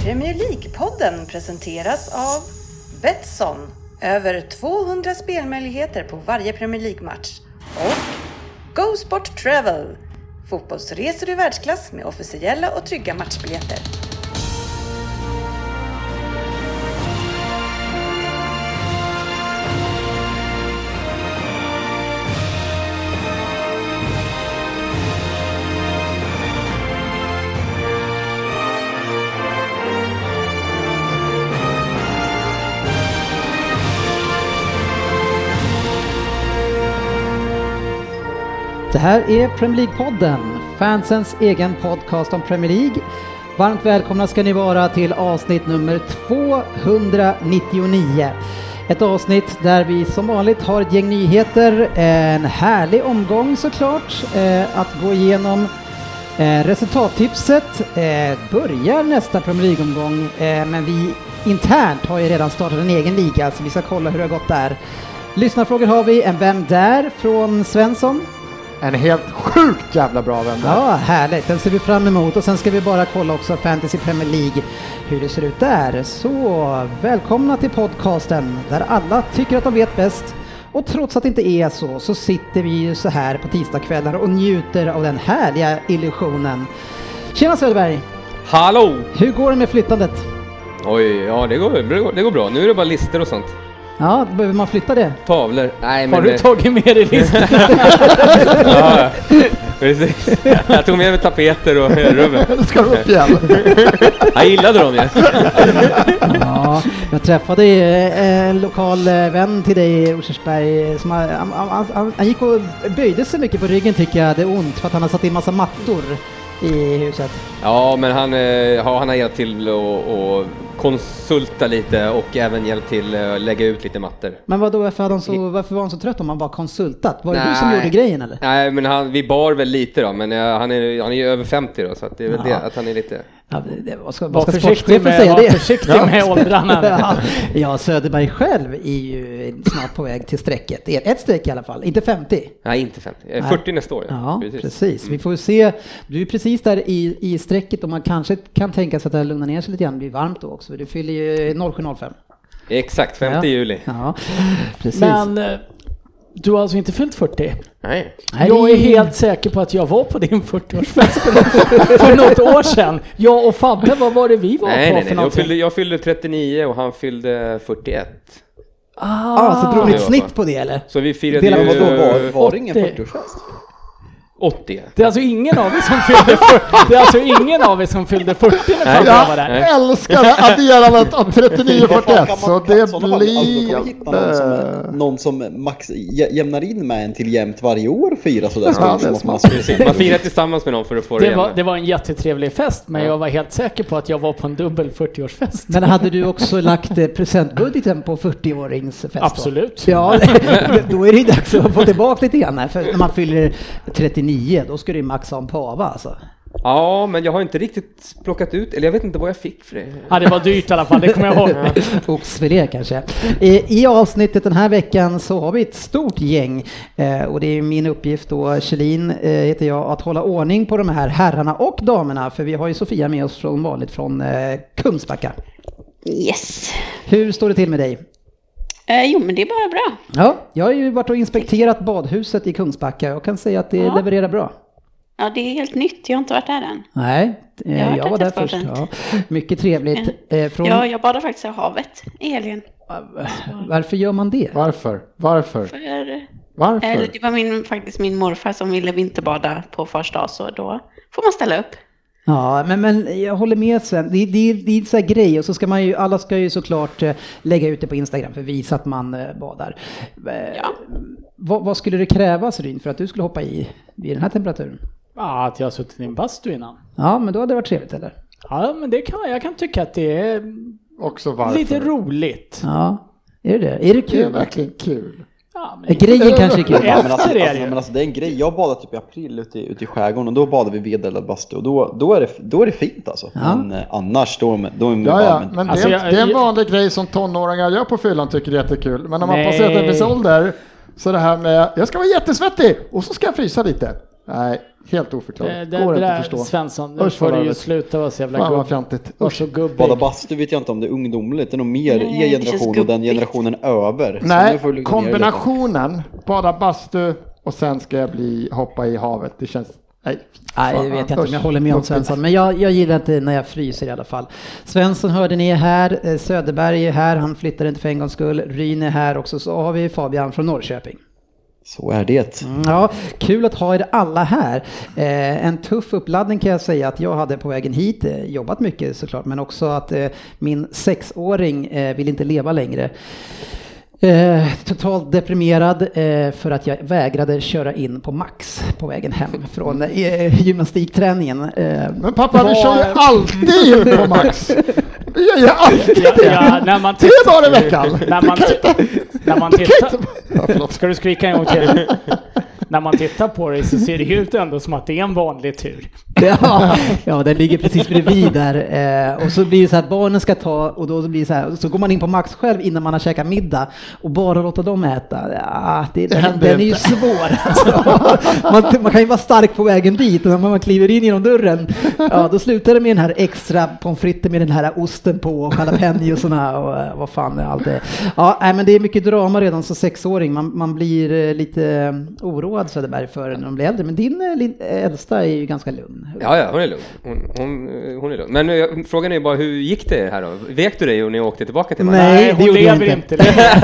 Premier League-podden presenteras av Betsson. Över 200 spelmöjligheter på varje Premier League-match. Och Go Sport Travel. Fotbollsresor i världsklass med officiella och trygga matchbiljetter. Det här är Premier League-podden, fansens egen podcast om Premier League. Varmt välkomna ska ni vara till avsnitt nummer 299. Ett avsnitt där vi som vanligt har ett gäng nyheter, en härlig omgång såklart, att gå igenom resultattipset. Börjar nästa Premier League-omgång, men vi internt har ju redan startat en egen liga så vi ska kolla hur det har gått där. Lyssnarfrågor har vi, en Vem där från Svensson. En helt sjukt jävla bra vän där. Ja, härligt. Den ser vi fram emot. Och sen ska vi bara kolla också Fantasy Premier League, hur det ser ut där. Så välkomna till podcasten där alla tycker att de vet bäst. Och trots att det inte är så sitter vi ju så här på tisdagskvällar och njuter av den härliga illusionen. Tjena Söderberg! Hallå! Hur går det med flyttandet? Oj, ja det går bra. Nu är det bara lister och sånt. Ja, behöver man flytta det? Tavlor. Nej, men har du tagit med dig listan? Ja, precis. Jag tog med mig tapeter och rummet. Nu ska du upp igen. Jag gillade dem ju. Ja, jag träffade en lokal vän till dig i Rosersberg som han gick och böjde sig mycket på ryggen, tycker jag. Det är ont för att han har satt in massa mattor i huset. Ja, men han har hjälpt till och konsulta lite och även hjälpt till att lägga ut lite mattor. Men vadå, varför var han så trött om han bara konsultat? Var det du som gjorde grejen eller? Nej, men vi bar väl lite då, men han är ju över 50 då, så att det är väl det att han är lite... Ja, vad ska sportchefen säga det? Var försiktig med åldrarna. Ja, Söderberg själv är ju snart på väg till strecket. Ett streck i alla fall, inte 50. Nej, inte 50. 40 nästa år. Ja, precis. Vi får se. Du är precis där i strecket och man kanske kan tänka sig att det lugnar ner sig lite grann. Det blir varmt då också. Du fyller ju 07.05. Exakt, 5 juli. Ja, precis. Men du har alltså inte fyllt 40? Nej. Jag är helt säker på att jag var på din 40-årsfest för något år sedan. Jag och Fabbe, vad var det vi var på för någonting? Jag fyllde 39 och han fyllde 41. Så drog ni ett snitt på det eller? Så vi firade ju... Var det ingen 40-årsfest? 80. Det är alltså ingen av er som fyllde 40. Det är alltså ingen av er som fyllde 40 när Fabbe var där. Jag älskar adderandet av 39 och 41. Så det blir... Någon som max jämnar in med en till jämnt varje år fira sådär. Man firar tillsammans med någon för att få det. Det var en jättetrevlig fest, men jag var helt säker på att jag var på en dubbel 40-årsfest. Men hade du också lagt presentbudgeten på 40-åringsfest? Absolut. Ja, då är det dags att få tillbaka lite grann här. För när man fyller 39, då ska du maxa en pava alltså. Ja, men jag har inte riktigt plockat ut, eller jag vet inte vad jag fick för det. Ja, det var dyrt i alla fall, det kommer jag ihåg. Oxfilé kanske. I avsnittet den här veckan så har vi ett stort gäng och det är min uppgift då, Kjellin heter jag, att hålla ordning på de här herrarna och damerna, för vi har ju Sofia med oss från vanligt från Kungsbacka. Yes. Hur står det till med dig? Jo, men det är bara bra. Ja, jag har ju varit och inspekterat badhuset i Kungsbacka och kan säga att det levererar bra. Ja, det är helt nytt. Jag har inte varit där än. Nej, jag var där först. Ja. Mycket trevligt. Ja, jag badade faktiskt i havet i helgen. Varför gör man det? Varför? Det var faktiskt min morfar som ville vinterbada på första dag, så då får man ställa upp. Ja, men jag håller med Sven. Det är så här grej, och så ska man ju, alla ska ju såklart lägga ut det på Instagram för att visa att man badar. Ja. Vad skulle det krävas, Ryn, för att du skulle hoppa i vid den här temperaturen? Ja, att jag har suttit i en bastu innan. Ja, men då hade det varit trevligt, eller? Ja, men jag kan tycka att det är också lite roligt. Ja, är det? Är det kul? Det är verkligen kul. Ja, men grejen kanske är kul. Ja, men alltså, det är en grej. Jag badade typ i april ute i skärgården och då badade vi vedeldad bastu och då är det fint alltså. Ja. Men annars då är men alltså, det är en vanlig grej som tonåringar gör på fyllan, tycker det är jättekul. Men när man passerar en viss ålder så det här med jag ska vara jättesvettig och så ska jag frysa lite. Nej, Helt oförklarligt. Det går inte där, att förstå. Svensson, nu får du ju sluta vara så jävla gubbig. Bada bastu vet jag inte om det är ungdomligt. Det är nog mer generation och den generationen över. Nej, kombinationen bada bastu och sen ska jag hoppa i havet. Det känns... Nej, det vet jag inte om jag håller med om Svensson. Men jag gillar inte när jag fryser i alla fall. Svensson hörde ni är här. Söderberg är här. Han flyttar inte för en gångs skull. Ryn är här också. Så har vi Fabian från Norrköping. Så är det. Ja, kul att ha er alla här. En tuff uppladdning kan jag säga att jag hade på vägen hit. Jobbat mycket såklart, men också att min 6-åring vill inte leva längre. Totalt deprimerad för att jag vägrade köra in på Max på vägen hem från gymnastikträningen. Men pappa, du kör ju alltid in på Max. Jag gör alltid det. Ja, när man 3 dagar i veckan. När man tittar... Ska du skrika en gång till? När man tittar på det så ser det ut ändå som att det är en vanlig tur. Ja, den ligger precis bredvid där. Och så blir det så att barnen ska ta, och då blir det så här, så går man in på Max själv innan man har käkat middag och bara låta dem äta. Ja, den är ju svår. Alltså. Man kan ju vara stark på vägen dit, och när man kliver in genom dörren, ja, då slutar det med den här extra pommes frites med den här osten på och jalapenosarna och vad fan är allt det. Ja, men det är mycket drama redan som 6-åring. Man blir lite oroad Söderberg för när de blir äldre. Men din äldsta är ju ganska lugn. Ja, hon är lugn. Hon är lugn. Men frågan är bara, hur gick det här då? Vek du dig och ni åkte tillbaka till Max? Nej, hon lever inte.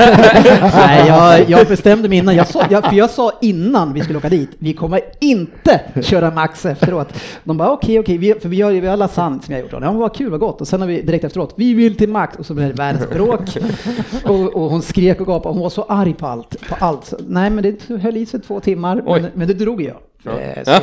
Nej, jag bestämde mig innan. Jag sa innan vi skulle åka dit, vi kommer inte köra Max efteråt. De bara okej, för vi har lasagne som jag gjort. Ja, vad kul, vad gott. Och sen har vi direkt efteråt, vi vill till Max. Och så blev det världens bråk. och hon skrek och gapade. Hon var så arg på allt. Nej, men det höll i sig 2 timmar. Men det drog jag. Ja.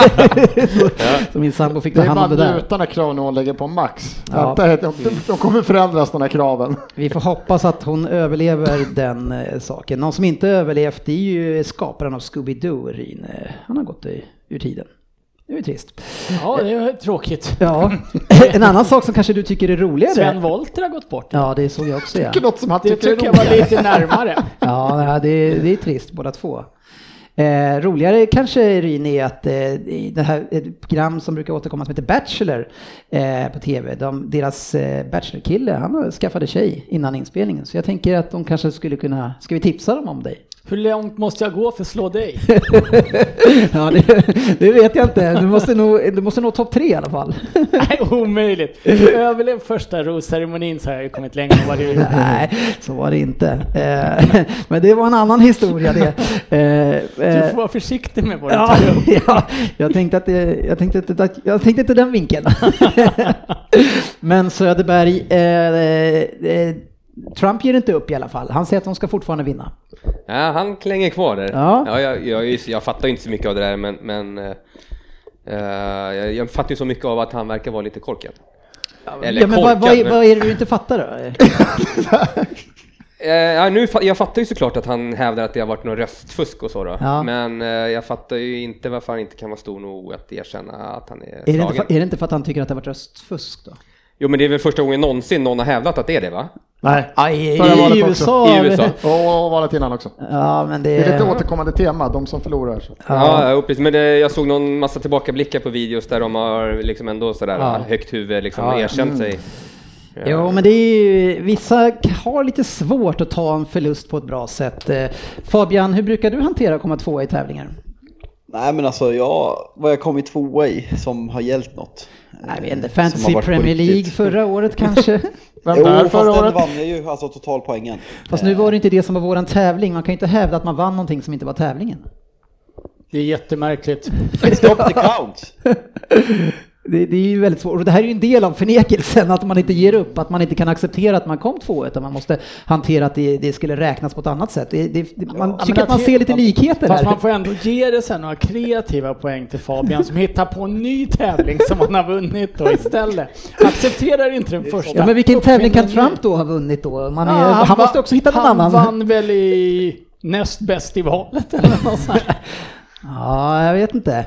Så min sambo fick ta hand om det där. Det är bara utan krav när hon lägger på Max. Ja. De kommer förändras, de här kraven. Vi får hoppas att hon överlever den saken. Någon som inte överlevt är ju skaparen av Scooby-Doo, Ryn. Han har gått ur tiden. Det är trist. Ja, det är tråkigt. Ja. En annan sak som kanske du tycker är roligare. Sven Wollter har gått bort. Ja, det såg jag också. Något som det tycker jag var lite närmare. Ja, det är trist båda två. Roligare kanske, Ryn, är att det här ett program som brukar återkomma som heter Bachelor på tv, deras Bachelor-kille, han skaffade tjej innan inspelningen, så jag tänker att de kanske skulle kunna, ska vi tipsa dem om dig? Hur långt måste jag gå för att slå dig? Ja, det vet jag inte. Du måste nå topp 3 i alla fall. Nej, omöjligt. Överlev första rosceremonin så har jag ju kommit längre än vad du gjorde. Nej, så var det inte. Men det var en annan historia det. Du får vara försiktig med vad du tar upp. Ja, jag tänkte inte den vinkeln. Men Söderberg, Trump ger inte upp i alla fall. Han säger att de ska fortfarande vinna. Ja, han klänger kvar där. Ja. Jag fattar inte så mycket av det där, men jag fattar ju så mycket av att han verkar vara lite korkad. Eller men korkad, vad är det du inte fattar då? Jag fattar ju såklart att han hävdar att det har varit någon röstfusk och så då. Ja. Men jag fattar ju inte varför han inte kan vara stor nog att erkänna att han är slagen. Är det inte för att han tycker att det har varit röstfusk då? Jo, men det är väl första gången någonsin någon har hävdat att det är det, va? Nej, i USA. Och valet innan också. Ja, men det är lite återkommande tema, de som förlorar. Så. Ja, precis. Men jag såg någon massa tillbakablickar på videos där de har liksom ändå sådär högt huvud liksom erkänt sig. Ja. Jo, men det är ju, vissa har lite svårt att ta en förlust på ett bra sätt. Fabian, hur brukar du hantera att komma 2 i tävlingar? Nej, men alltså vad jag kommit 2 i som har hjälpt något. Jag vet inte, Fantasy Premier League förra året kanske. Jo, fast den vann jag ju, alltså totalpoängen. Fast nu var det inte det som var våran tävling. Man kan ju inte hävda att man vann någonting som inte var tävlingen. Det är jättemärkligt. Stop the count. Det är ju väldigt svårt. Och det här är ju en del av förnekelsen, att man inte ger upp, att man inte kan acceptera att man kom 2, utan man måste hantera att det skulle räknas på ett annat sätt. Man tycker att man ser lite likheter fast där. Man får ändå ge det sen några kreativa poäng till Fabian som hittar på en ny tävling som han har vunnit då istället. Accepterar inte den första. Ja, men vilken tävling kan Trump då ha vunnit då? Han måste också hitta någon annan. Han vann väl i näst bäst i valet eller något sånt. Ja, jag vet inte.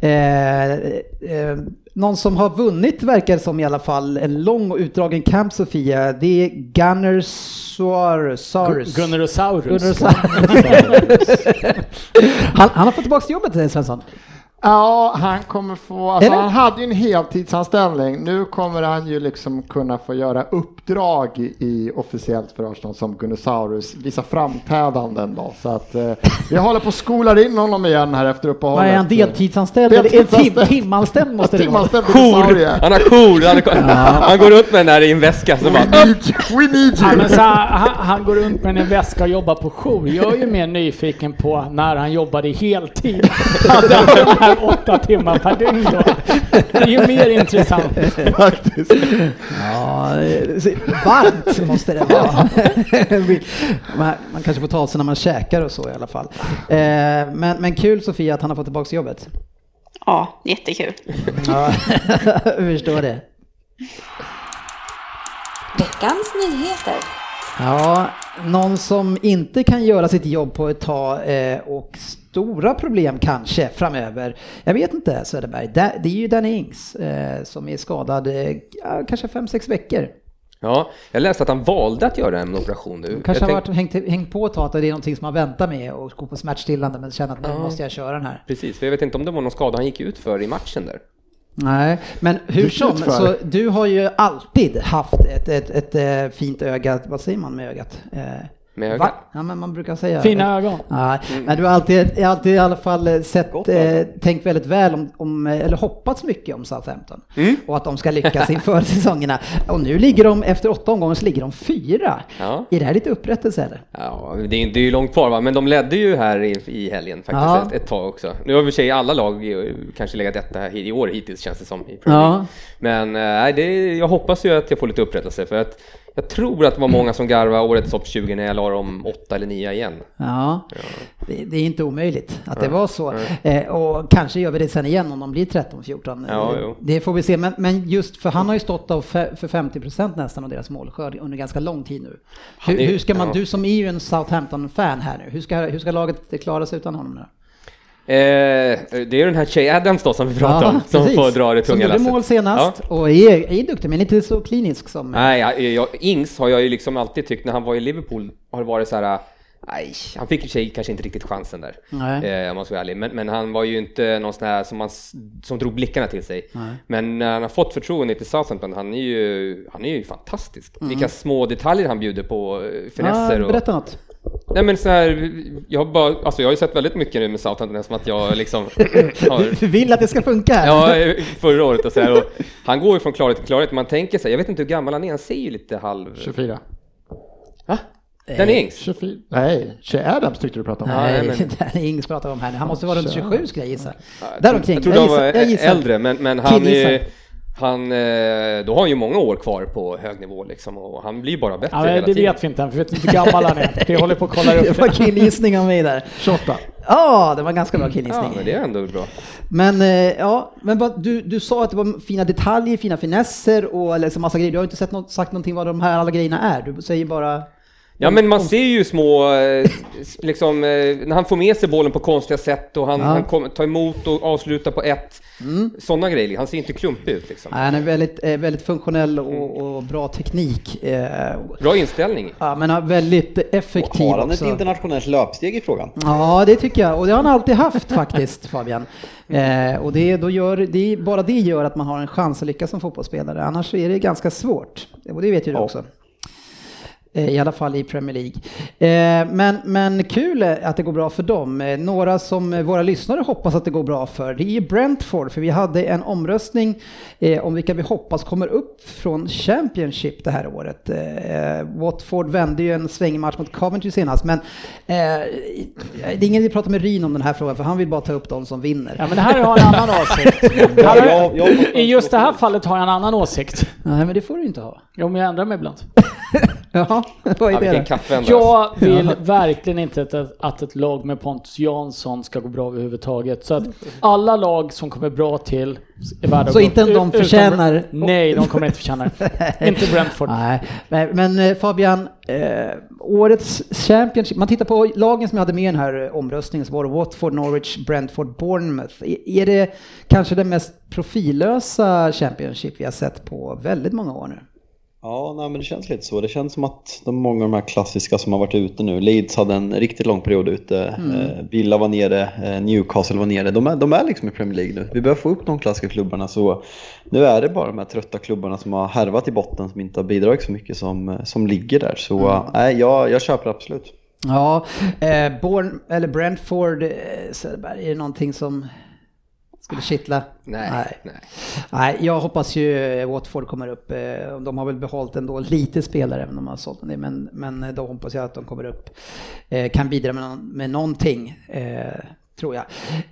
Någon som har vunnit verkar som i alla fall en lång och utdragen kamp, Sofia. Det är Gunnerosaurus. Han har fått tillbaka jobbet, Svensson. Ja, han kommer få, alltså han hade ju en heltidsanställning. Nu kommer han ju liksom kunna få göra uppdrag i officiellt för Arsenal som Gunnosaurus, vissa framträdanden då. Så att vi håller på att skola in honom igen här efter uppehållet. Vad är han, deltidsanställd? Eller timanställd måste det vara. Han har jour. Han går runt med den här i en väska. Så bara, we need you. Han går runt med en väska och jobbar på jour. Jag är ju mer nyfiken på när han jobbade i heltid. Hade han 8 timmar per dygn då. Det är ju mer intressant. Faktiskt. Ja, varmt måste det vara. Man kanske får ta sig när man käkar och så i alla fall. Men kul Sofia att han har fått tillbaka jobbet. Ja, jättekul. Ja, jag förstår det. Veckans nyheter. Ja, någon som inte kan göra sitt jobb på ett tag och stora problem kanske framöver. Jag vet inte, Söderberg. Det är ju Danny Ings som är skadad kanske 5-6 veckor. Ja, jag läste att han valde att göra en operation nu. Kanske har varit hängt på ett tag att det är någonting som man väntar med och går på smärtstillande men känner att nu måste jag köra den här. Precis, för jag vet inte om det var någon skada han gick ut för i matchen där. Nej, men hur som, så du har ju alltid haft ett fint öga, vad säger man med ögat? Med ögat? Ja, men man brukar säga fina ögon. Ja, men du har alltid i alla fall tänkt väldigt väl om eller hoppats mycket om Southampton och att de ska lyckas inför säsongerna. Och nu ligger de efter 8 omgångar så ligger de 4. Ja. Är det här lite upprättelse eller? Ja, det är ju långt kvar va, men de ledde ju här i helgen faktiskt ett tag också. Nu har vi sig alla lag kanske legat detta i år hittills känns det som i Premier League. Men jag hoppas ju att jag får lite upprättelse för att jag tror att det var många som garvade årets topp 20 när jag la dem 8 eller 9 igen. Ja. Det är inte omöjligt att det var så. Och kanske gör vi det sen igen om de blir 13-14. Ja, det får vi se. Men just för han har ju stått av för 50% nästan av deras målskörd under ganska lång tid nu. Hur ska man, du som är ju en Southampton-fan här nu, hur ska laget klara sig utan honom nu? Det är den här Che Adams då som vi pratar om som får dra det tunga lasset. Som gjorde mål senast och är duktig men inte så klinisk som... Nej, Ings har jag ju liksom alltid tyckt när han var i Liverpool har det varit så här. Nej, han fick ju kanske inte riktigt chansen där. Jag måste vara ärlig. Men han var ju inte någon sån här som drog blickarna till sig. Nej. Men när han har fått förtroende till Southampton, han är ju fantastisk. Vilka små detaljer han bjuder på, finesser och... Berätta något. Nej men så här, jag har ju sett väldigt mycket nu med Southampton som att jag liksom Du vill att det ska funka här. Ja, förra året och så här, och han går ju från klarhet till klarhet. Man tänker sig, jag vet inte hur gammal han är, han ser ju lite 24. Va? Danny Ings? 24. Nej, Che Adams tyckte du pratade om. Nej, Danny Ings pratar om här nu. Han måste vara runt 27 ska jag gissa. Jag tror de var äldre, men han då har han ju många år kvar på hög nivå liksom, och han blir bara bättre hela tiden. Det vet vi inte än, för vi vet inte hur gammal han är. Vi håller på att kolla upp det. Det var killgissning av mig där. 28. Ja, det var ganska bra killgissning. Ja, men det är ändå bra. Men du sa att det var fina detaljer, fina finesser och liksom massa grejer. Du har inte sagt någonting vad de här alla grejerna är. Du säger bara... Ja, men man ser ju små liksom när han får med sig bollen på konstiga sätt och han tar emot och avslutar på ett sådana grejer. Han ser inte klumpig ut liksom. Nej, han är väldigt funktionell och bra teknik. Bra inställning. Ja, men väldigt effektiv. Har han ett internationellt löpsteg i frågan? Ja, det tycker jag. Och det har han alltid haft faktiskt, Fabian. Och bara det gör att man har en chans att lyckas som fotbollsspelare. Annars är det ganska svårt. Och det vet ju du också. I alla fall i Premier League. Men kul att det går bra för dem. Några som våra lyssnare hoppas att det går bra för, det är Brentford. För vi hade en omröstning om vilka vi hoppas kommer upp från Championship det här året. Watford vände ju en svängmatch mot Coventry senast. Men det är ingen vi pratar med Ryn om den här frågan, för han vill bara ta upp de som vinner. Ja, men det här har en annan åsikt. I just det här fallet har jag en annan åsikt. Nej, men det får du inte ha. Jo, men jag ändrar mig ibland. Ja, vad är det? Jag vill verkligen inte att ett lag med Pontus Jansson ska gå bra överhuvudtaget. Så att alla lag som kommer bra till är värda. Så inte de förtjänar? Nej, de kommer inte förtjäna. Inte Brentford. Nej, men Fabian, årets Championship, man tittar på lagen som jag hade med i den här omröstningen, så var det Watford, Norwich, Brentford, Bournemouth. Är det kanske den mest profillösa Championship vi har sett på väldigt många år nu? Ja, nej, men det känns lite så. Det känns som att många av de här klassiska som har varit ute nu, Leeds hade en riktigt lång period ute, Villa var nere, Newcastle var nere, de är liksom i Premier League nu. Vi behöver få upp de klassiska klubbarna, så nu är det bara de här trötta klubbarna som har härvat i botten som inte har bidragit så mycket som ligger där. Så jag köper absolut. Ja, Brentford, är det någonting som skulle kittla? Nej, jag hoppas ju Watford kommer upp. De har väl behållit ändå lite spelare även om de har sålt det, men då hoppas jag att de kommer upp, kan bidra med någonting, tror jag.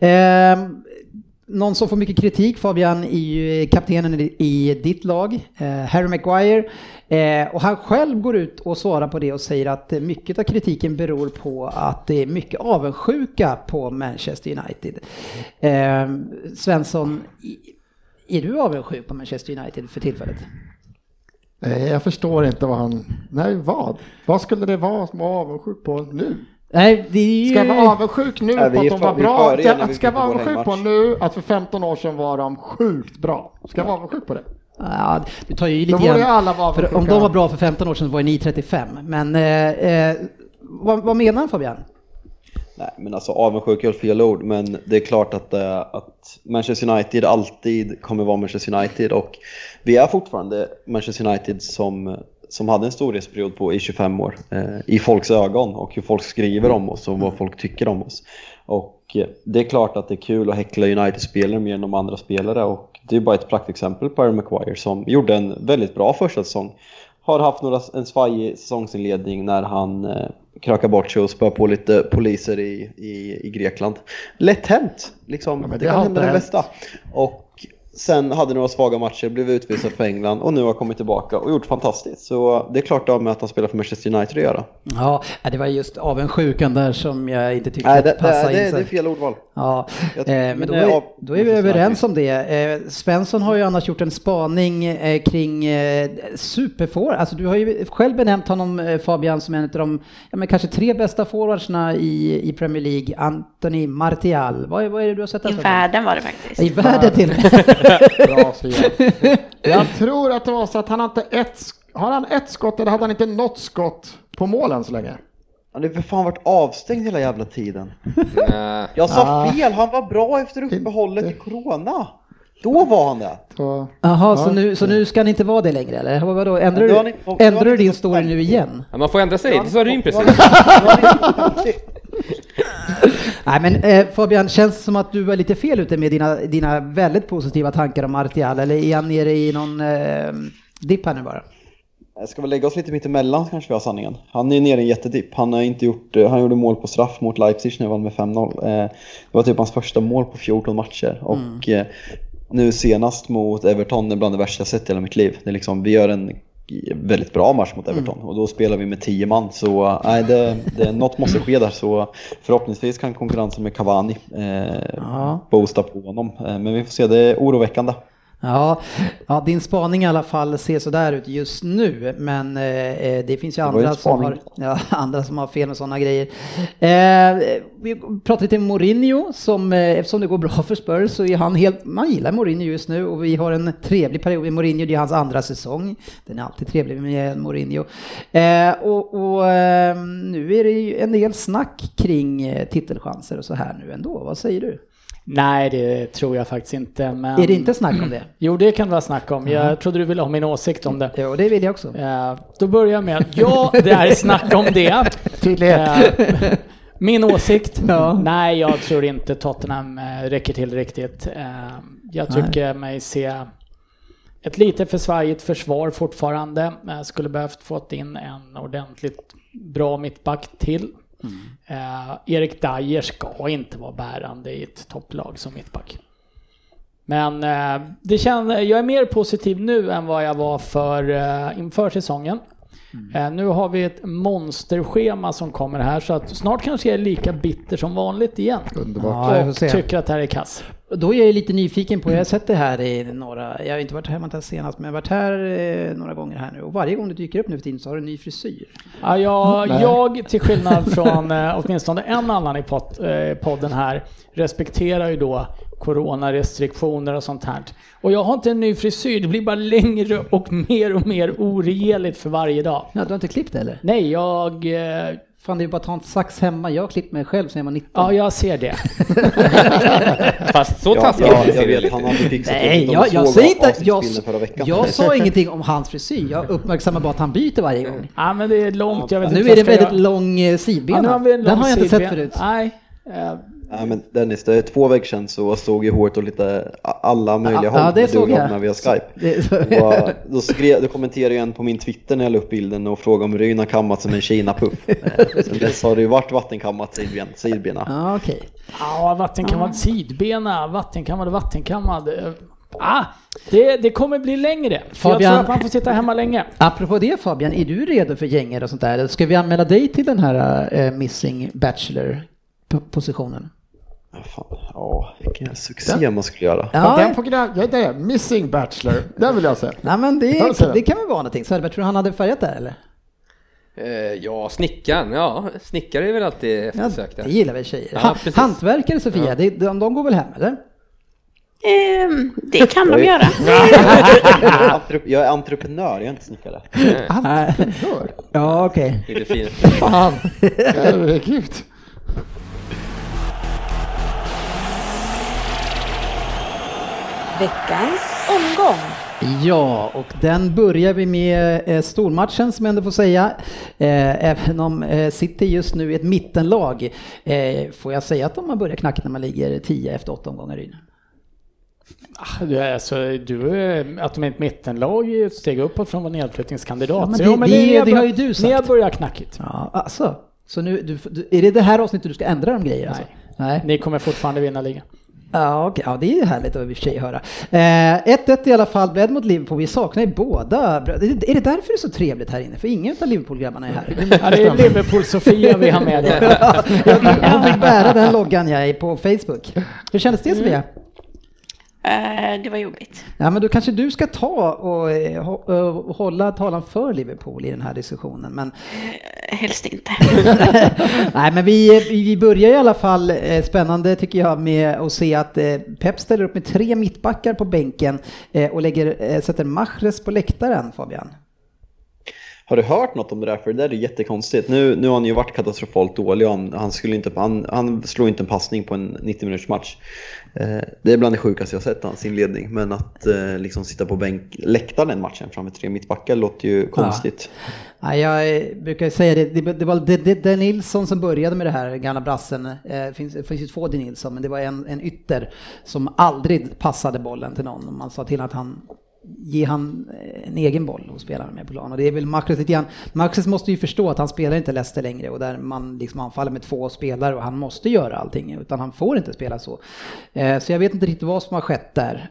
Någon som får mycket kritik, Fabian, är ju kaptenen i ditt lag, Harry Maguire, och han själv går ut och svarar på det och säger att mycket av kritiken beror på att det är mycket avundsjuka på Manchester United. Svensson, är du avundsjuk på Manchester United för tillfället? Nej, jag förstår inte vad han... Nej, vad skulle det vara som var avundsjuk på nu? Nej, det är ju... Ska vara avundsjuk nu på att de var bra? Ska vara avundsjuk på nu att för 15 år sedan var de sjukt bra? Ska vara avundsjuk på det? Ja, du tar ju lite grann, för om de var bra för 15 år sedan var ni 35. Men vad menar han, Fabian? Nej, men alltså avundsjuk är fel ord, men det är klart att Manchester United alltid kommer vara Manchester United, och vi är fortfarande Manchester United som hade en storhetsperiod på i 25 år i folks ögon, och hur folk skriver om oss och vad folk tycker om oss. Och det är klart att det är kul att häckla United-spelare mer än de andra spelare, och det är bara ett praktexempel på Harry Maguire som gjorde en väldigt bra första säsong. Har haft en svajig säsongsinledning när han krökar bort sig och spör på lite poliser i Grekland. Lätt hänt, liksom. Ja, det kan hända det bästa. Och sen hade några svaga matcher, blev utvisad på England och nu har kommit tillbaka och gjort fantastiskt. Så det är klart då med att han spelar för Manchester United att göra. Ja, det var just avundsjukan där som jag inte tyckte att passa in sig. Det är fel ordval. Ja, men då är vi överens om det. Svensson har ju annars gjort en spaning kring superforward. Alltså du har ju själv benämnt honom, Fabian, som en av de kanske 3 bästa forwardsna i Premier League. Anthony Martial. Vad är det du har sett? I världen var det faktiskt. I världen till. Bra, jag tror att det var så att han inte har han ett skott eller hade han inte något skott på målen så länge? Han har för fan varit avstängd hela jävla tiden. Jag sa fel, han var bra efter uppehållet i corona. Då var han det. Jaha, så nu ska han inte vara det längre, eller? Vadå? Ändrar du din story nu igen? Ja, man får ändra sig, det sa du precis. Nej, men Fabian, känns som att du var lite fel ute med dina väldigt positiva tankar om Martial, eller är han nere i någon dipp här nu bara? Jag ska väl lägga oss lite mitt emellan, kanske vi har sanningen. Han är nere i en jättedipp. Han gjorde mål på straff mot Leipzig när han vann med 5-0. Det var typ hans första mål på 14 matcher. Och nu senast mot Everton är bland det värsta jag sett i hela mitt liv. Det är liksom, vi gör en väldigt bra match mot Everton och då spelar vi med 10 man, så något måste ske där, så förhoppningsvis kan konkurrensen med Cavani boosta på honom, men vi får se, det är oroväckande. Ja, din spaning i alla fall ser så där ut just nu, men det finns ju andra som har fel med sådana grejer. Vi pratade lite om Mourinho, som eftersom det går bra för Spurs så är man gillar Mourinho just nu, och vi har en trevlig period med Mourinho. Det är hans andra säsong, den är alltid trevlig med Mourinho. Nu är det ju en del snack kring titenchanser och så här nu ändå. Vad säger du? Nej, det tror jag faktiskt inte. Men... Är det inte snack om det? Jo, det kan det vara snack om. Jag trodde du ville ha min åsikt om det. Jo, det vill jag också. Då börjar jag med att det är snack om det. Tydligt. Min åsikt? Nej, jag tror inte Tottenham räcker till riktigt. Jag tycker mig se ett lite för svajigt försvar fortfarande. Jag skulle behövt fått in en ordentligt bra mittback till. Erik Dyer ska inte vara bärande i ett topplag som mittback. Men jag är mer positiv nu än vad jag var inför säsongen. Nu har vi ett monsterschema som kommer här, så att snart kanske jag är lika bitter som vanligt igen. Underbart. Och tycker att det här är kass. Då är jag lite nyfiken på, jag har sett det här i några, jag har inte varit hemma senast, men jag har varit här några gånger här nu. Och varje gång du dyker upp nu för tiden så har du en ny frisyr. Ja, jag till skillnad från åtminstone en annan i podden här, respekterar ju då coronarestriktioner och sånt här. Och jag har inte en ny frisyr, det blir bara längre och mer oregeligt för varje dag. Ja, du har inte klippt det eller? Nej, jag... Fan, det är bara att ta en sax hemma. Jag har klippt mig själv sen jag var 19. Ja, jag ser det. Fast så taskigt jag vet, han hade fixat. Nej, jag säger inte... Jag sa ingenting om hans frisyr. Jag uppmärksammar bara att han byter varje gång. Ja, men det är långt. Jag vet nu inte är det väldigt lång sidbena. Den har jag inte sett förut. Nej. Nej, men Dennis, det är 2 veckor sedan så stod ju håret och lite alla möjliga håll det såg jag när vi har Skype. Då kommenterade jag en på min Twitter när jag la upp bilden och frågade om Ryn har kammat som en Kina-puff. Sen dess har det ju varit vattenkammat sidbena. Ja, okej. Ja, vattenkammad sidbena, vattenkammad. Det kommer bli längre. Fabian, jag tror att man får sitta hemma länge. Apropå det Fabian, är du redo för gänger och sånt där? Ska vi anmäla dig till den här Missing Bachelor-positionen? Vilken succé man skulle göra. Det är Missing Bachelor. Det vill jag säga. Nej, men det kan väl vara någonting. Så tror du han hade färgat där eller? Ja, snickare är väl alltid eftersökta. Det gillar väl tjejer. Hantverkare Sofia, de går väl hem eller? Det kan de göra. Jag är entreprenör, jag är inte snickare. Entreprenör? Ja, okej. Det är fint. Fan, herregud. Veckans omgång. Ja, och den börjar vi med stormatchen som jag ändå får säga. Även om City just nu är ett mittenlag, får jag säga att de har börjat knacka när man ligger 10 efter 8 omgångar in. Att de är ett mittenlag är ett steg uppåt från vår nedflyttningskandidat. Ja, men det har ju du sagt. Ni har börjat knackigt. Ja, alltså. Så nu, är det här avsnittet du ska ändra de grejer? Nej. Alltså? Nej. Ni kommer fortfarande vinna ligan. Ja, okay. Ja, det är ju härligt att i och för sig höra. 1-1 i alla fall blev mot Liverpool. Vi saknar ju båda. Är det därför det är så trevligt här inne? För ingen av Liverpool-grabbarna är här. Ja, det är Liverpool-Sofia vi har med då. Jag fick bära den loggan jag är på Facebook. Hur kändes det, Sofia? Det var jobbigt. Ja, men då kanske du ska ta och hålla talan för Liverpool i den här diskussionen. Men... Helst inte. Nej, men vi börjar i alla fall spännande tycker jag med att se att Pep ställer upp med 3 mittbackar på bänken och sätter Mahrez på läktaren, Fabian. Har du hört något om det där? För det där är jättekonstigt. Nu har han ju varit katastrofalt dålig och han slår inte en passning på en 90-minuters match. Det är bland det sjukaste jag har sett hans inledning. Men att liksom sitta på läktaren den matchen framför 3 mittbackar låter ju konstigt. Ja, jag brukar säga det var det Nilsson som började med det här, gamla brassen. Det finns ju 2 de Nilsson, men det var en ytter som aldrig passade bollen till någon. Man sa till att ge han en egen boll och spela med på plan. Och det är väl Mahrez lite grann. Mahrez måste ju förstå att han spelar inte Leicester längre och där man liksom anfaller med 2 spelare och han måste göra allting utan han får inte spela så. Så jag vet inte riktigt vad som har skett där.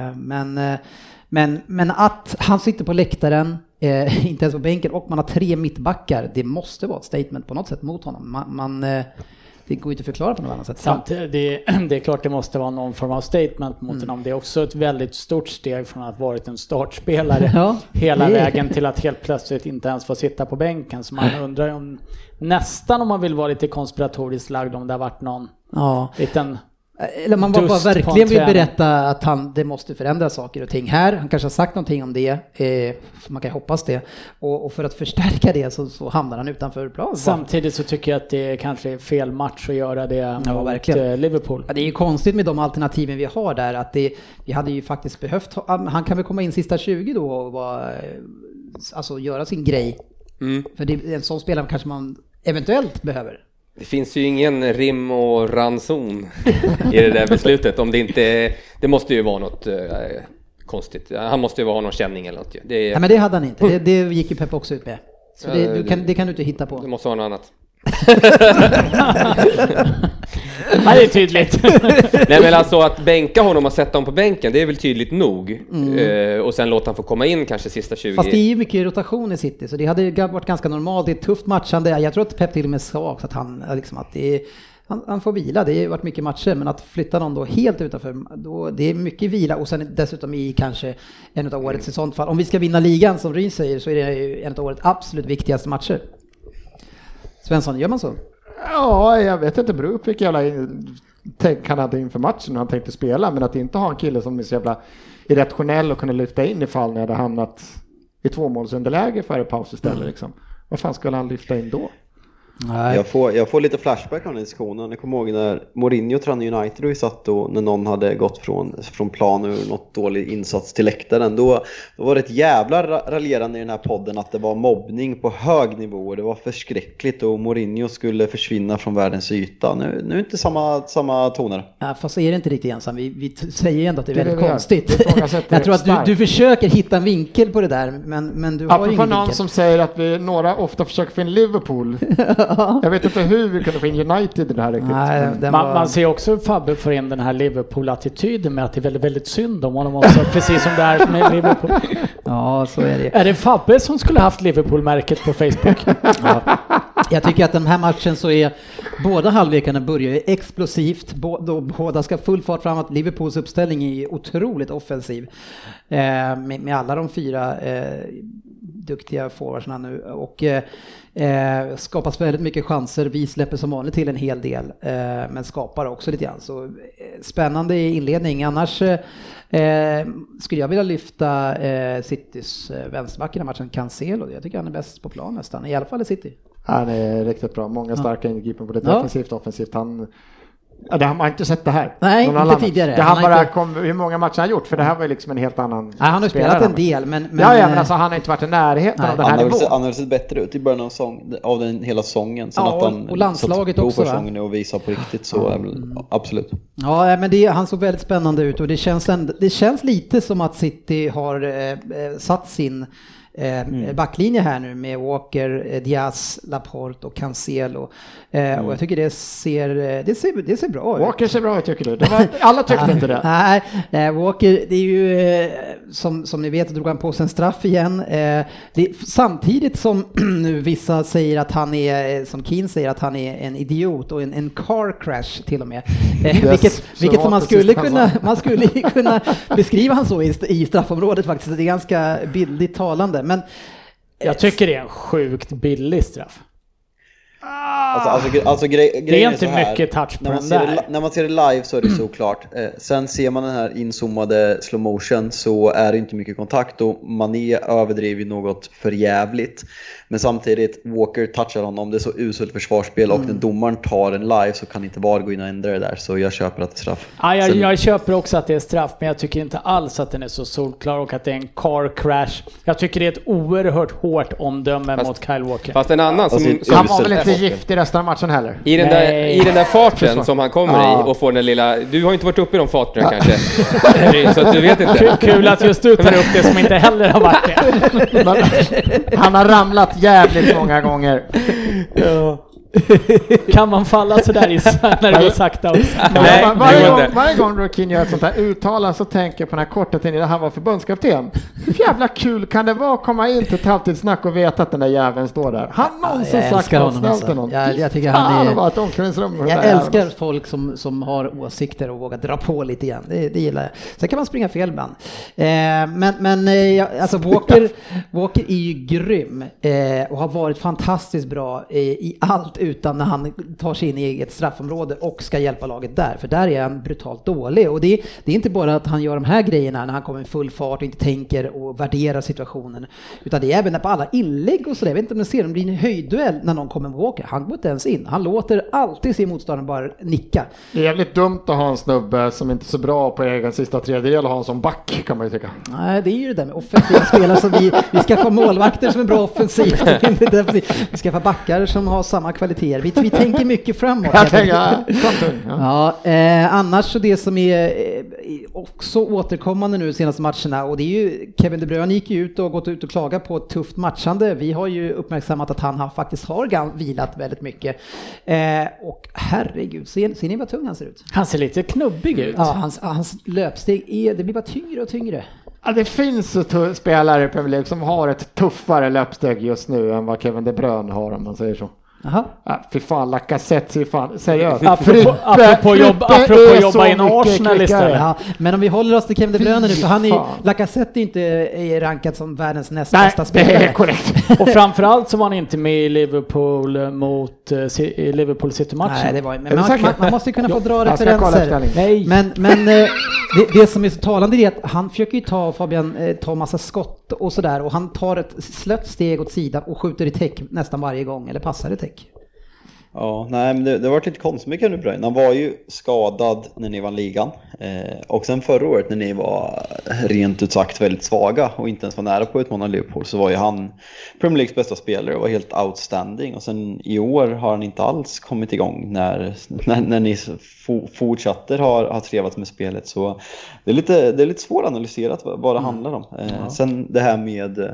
Men att han sitter på läktaren, inte ens på bänken och man har 3 mittbackar, det måste vara ett statement på något sätt mot honom. Det går inte att förklara på något annat sätt. Samtidigt, det är klart det måste vara någon form av statement mot honom. Det är också ett väldigt stort steg från att ha varit en startspelare hela vägen till att helt plötsligt inte ens få sitta på bänken. Så man undrar om nästan om man vill vara lite konspiratoriskt lagd om det har varit någon liten... Eller man bara verkligen vill berätta att det måste förändra saker och ting här. Han kanske har sagt någonting om det. Man kan hoppas det. Och för att förstärka det så hamnar han utanför plan. Samtidigt så tycker jag att det kanske är fel match att göra det mot Liverpool. Ja, det är ju konstigt med de alternativen vi har där. Att vi hade ju faktiskt behövt... Han kan väl komma in sista 20 då och göra sin grej. För det är en sån spelare kanske man eventuellt behöver. Det finns ju ingen rim och ranson i det där beslutet. Om det inte, det måste ju vara något konstigt. Han måste ju ha någon känning eller något. Nej, men det hade han inte. Det gick ju Pep också ut med. Så det kan du inte hitta på. Det måste vara något annat. Nej, det är tydligt. Nej, men alltså att bänka honom och sätta honom på bänken, det är väl tydligt nog. Och sen låta han få komma in kanske sista 20. Fast det är ju mycket rotation i City, så det hade varit ganska normalt. Det är ett tufft matchande. Jag tror att Pep till och med sa också att han liksom att det är han får vila. Det har varit mycket matcher, men att flytta någon då helt utanför, då, det är mycket vila och sen dessutom i kanske en av årets i sånt fall. Om vi ska vinna ligan som Ryn säger så är det ju en av årets absolut viktigaste matcher. Svensson, gör man så? Ja, jag vet inte, beror upp vilka jävla tänk han hade inför matchen när han tänkte spela, men att inte ha en kille som är så jävla irrationell och kunna lyfta in ifall när hade hamnat i 2-målsunderläge före paus istället liksom. Vad fan skulle han lyfta in då? Nej. Jag får lite flashback av den diskussionen. Jag kommer ihåg när Mourinho tränade United och vi satt då när någon hade gått från plan och något dålig insats till läktaren. Då var det ett jävla raljerande i den här podden att det var mobbning på hög nivå och det var förskräckligt och Mourinho skulle försvinna från världens yta. Nu är det inte samma toner. Ja, fast så är det inte riktigt ensam. Vi säger ändå att det är väldigt konstigt. Jag tror att du försöker hitta en vinkel på det där, men du har ju ingen vinkel. Någon som säger att vi några ofta försöker få in Liverpool. Jag vet inte hur vi kunde få in United i det här riktigt. Nej, man ser också hur Fabbe får in den här Liverpool-attityden med att det är väldigt, väldigt synd om honom också, precis som det är med Liverpool. Ja, så är det. Är det Fabbe som skulle haft Liverpool-märket på Facebook? Ja. Jag tycker att den här matchen så är båda halvlekarna börjar explosivt. Båda ska full fart framåt. Liverpools uppställning är otroligt offensiv med alla de 4 duktiga forwardsarna nu och skapas väldigt mycket chanser. Vi släpper som vanligt till en hel del men skapar också lite grann. Så spännande inledning. Annars skulle jag vilja lyfta Citys vänsterback i den matchen, Cancelo. Jag tycker han är bäst på plan nästan, i alla fall i City. Han är riktigt bra. Många starka ingreppen på det defensivt och offensivt. Det har man inte sett det här. Nej, inte tidigare. Det han bara kom, hur många matcher han har gjort, för det här var ju liksom en helt annan. Nej, han har spelat en del, men men alltså han har inte varit i närheten av den här nivån. Han har sett bättre ut i början av den hela säsongen. Sen att han och landslaget också, va? Och visar på riktigt så absolut. Ja, men han såg väldigt spännande ut och det känns lite som att City har satt sin backlinje här nu med Walker, Diaz, Laporte och Cancelo. Och jag tycker det ser bra ut. Walker ser bra ut, tycker du? Alla tyckte inte det. Nej, Walker, det är ju som ni vet drog han på sig en straff igen. Samtidigt som nu vissa säger att han är, som Keane säger, att han är en idiot och en car crash till och med. Vilket man skulle kunna beskriva han så i straffområdet faktiskt. Det är ganska bildligt talande. Men jag tycker det är en sjukt billig straff. Alltså det är inte mycket touch på den där. När man ser det live så är det såklart. Sen ser man den här inzoomade slow motion så är det inte mycket kontakt och Mané överdriver något för jävligt. Men samtidigt, Walker touchar honom, det är så uselt försvarsspel och den domaren tar en live så kan inte VAR gå in och ändra det där, så jag köper att det är straff. Ja, jag köper också att det är straff, men jag tycker inte alls att den är så solklar och att det är en car crash. Jag tycker det är ett oerhört hårt omdöme mot Kyle Walker. Fast en annan som han var väl inte gift i resten av matchen heller. I den där farten som han kommer i och får den lilla... Du har inte varit uppe i de farterna kanske. Så att du vet inte. Kul att just du tar upp det som inte heller har varit det. Han har ramlat jävligt många gånger. Ja. Kan man falla så där när det går sakta också? Varje gång Rokin gör ett sånt här uttalande så tänker jag på den här korta tiden när han var förbundskapten. Hur jävla kul kan det vara att komma in till ett halvtidssnack och veta att den där jäveln står där? Han någonsin sagt något snällt till någon. Jag tycker han är... Jag älskar folk som har åsikter och vågar dra på lite grann. Det gillar jag. Sen kan man springa fel ibland. Alltså Walker är ju grym och har varit fantastiskt bra i allt utan när han tar sig in i eget straffområde och ska hjälpa laget där. För där är han brutalt dålig. Och det är inte bara att han gör de här grejerna när han kommer i full fart och inte tänker och värderar situationen. Utan det är även på alla inlägg och så där. Jag vet inte om ni ser, det blir en höjdduell när någon kommer med Walker. Han går inte ens in. Han låter alltid sin motståndare bara nicka. Det är jävligt dumt att ha en snubbe som inte är så bra på egen sista tredjedel och ha en som back, kan man ju tycka. Nej, det är ju det där med offensiva spelare som vi ska få målvakter som är bra offensivt. Vi ska få backar som har samma kvaliteter. Vi tänker mycket framåt. Annars så det som är också återkommande nu de senaste matcherna, och det är ju Kevin De Bruyne gick ju ut och gått ut och klagat på ett tufft matchande. Vi har ju uppmärksammat att han faktiskt har vilat väldigt mycket. Och herregud, ser ni vad tung han ser ut? Han ser lite knubbig ut. Ja, hans löpsteg det blir bara tyngre och tyngre. Ja, det finns spelare i Premier League som har ett tuffare löpsteg just nu än vad Kevin De Bruyne har, om man säger så. Fy fan, Lacazette ser fan seriöst. Apropå jobba i en Arsenal istället. Ja, men om vi håller oss till Kevin De Bruyne nu, för han är Lacazette är inte rankad som världens näst bästa spelare. Det är korrekt. Och framförallt så var han inte med i Liverpool mot Liverpool City-matchen. Nej, det var men man måste kunna få dra referenser. Nej. Men det som är så talande är att han försöker ju ta massa skott och sådär, och han tar ett slött steg åt sidan och skjuter i täck nästan varje gång, eller passar i täck. Ja, nej, men det har varit lite konstigt med Kevin De Bruyne. Han var ju skadad när ni vann ligan. Och sen förra året när ni var rent ut sagt väldigt svaga och inte ens var nära på att utmana Liverpool, så var ju han Premier Leagues bästa spelare och var helt outstanding. Och sen i år har han inte alls kommit igång när ni fortsätter har trevat med spelet. Så det är lite svåranalyserat vad det handlar om. Sen det här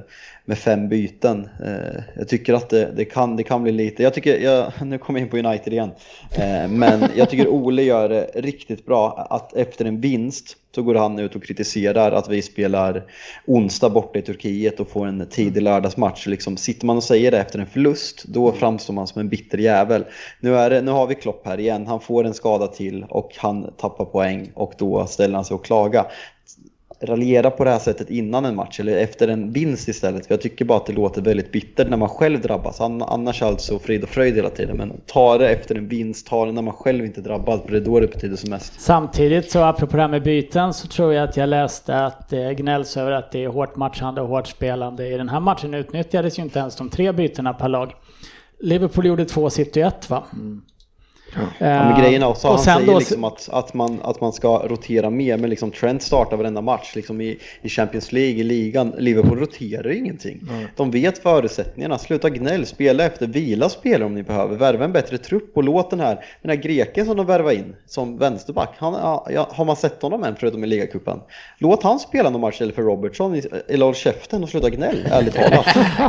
med 5 byten. Jag tycker att det kan bli lite. Nu kommer jag in på United igen. Men jag tycker Ole gör det riktigt bra att efter en vinst så går han ut och kritiserar att vi spelar onsdag borta i Turkiet och får en tidig lördagsmatch. Liksom, sitter man och säger det efter en förlust, då framstår man som en bitter jävel. Nu har vi Klopp här igen. Han får en skada till och han tappar poäng och då ställer han sig och klagar. Raljera på det här sättet innan en match eller efter en vinst istället. För jag tycker bara att det låter väldigt bittert när man själv drabbas. Annars alltså frid och fröjd hela tiden. Men ta det efter en vinst, ta det när man själv inte drabbas, för det är då det betyder som mest. Samtidigt så apropå det här med byten, så tror jag att jag läste att det gnälls över att det är hårt matchande och hårt spelande. I den här matchen utnyttjades ju inte ens de 3 bytena per lag. Liverpool gjorde 2, City 1, va? Ja, men grejen är också, han säger då, liksom att man ska rotera mer, men liksom Trent startar varenda match liksom i Champions League, i ligan. Liverpool roterar ingenting. De vet förutsättningarna. Sluta gnäll, spela efter, vila spelare om ni behöver, värva en bättre trupp och låt den här greken som de värvar in som vänsterback, har man sett honom än förutom i ligacupen? Låt han spela någon match eller för Robertson, eller håll käften och sluta gnäll, ärligt talat.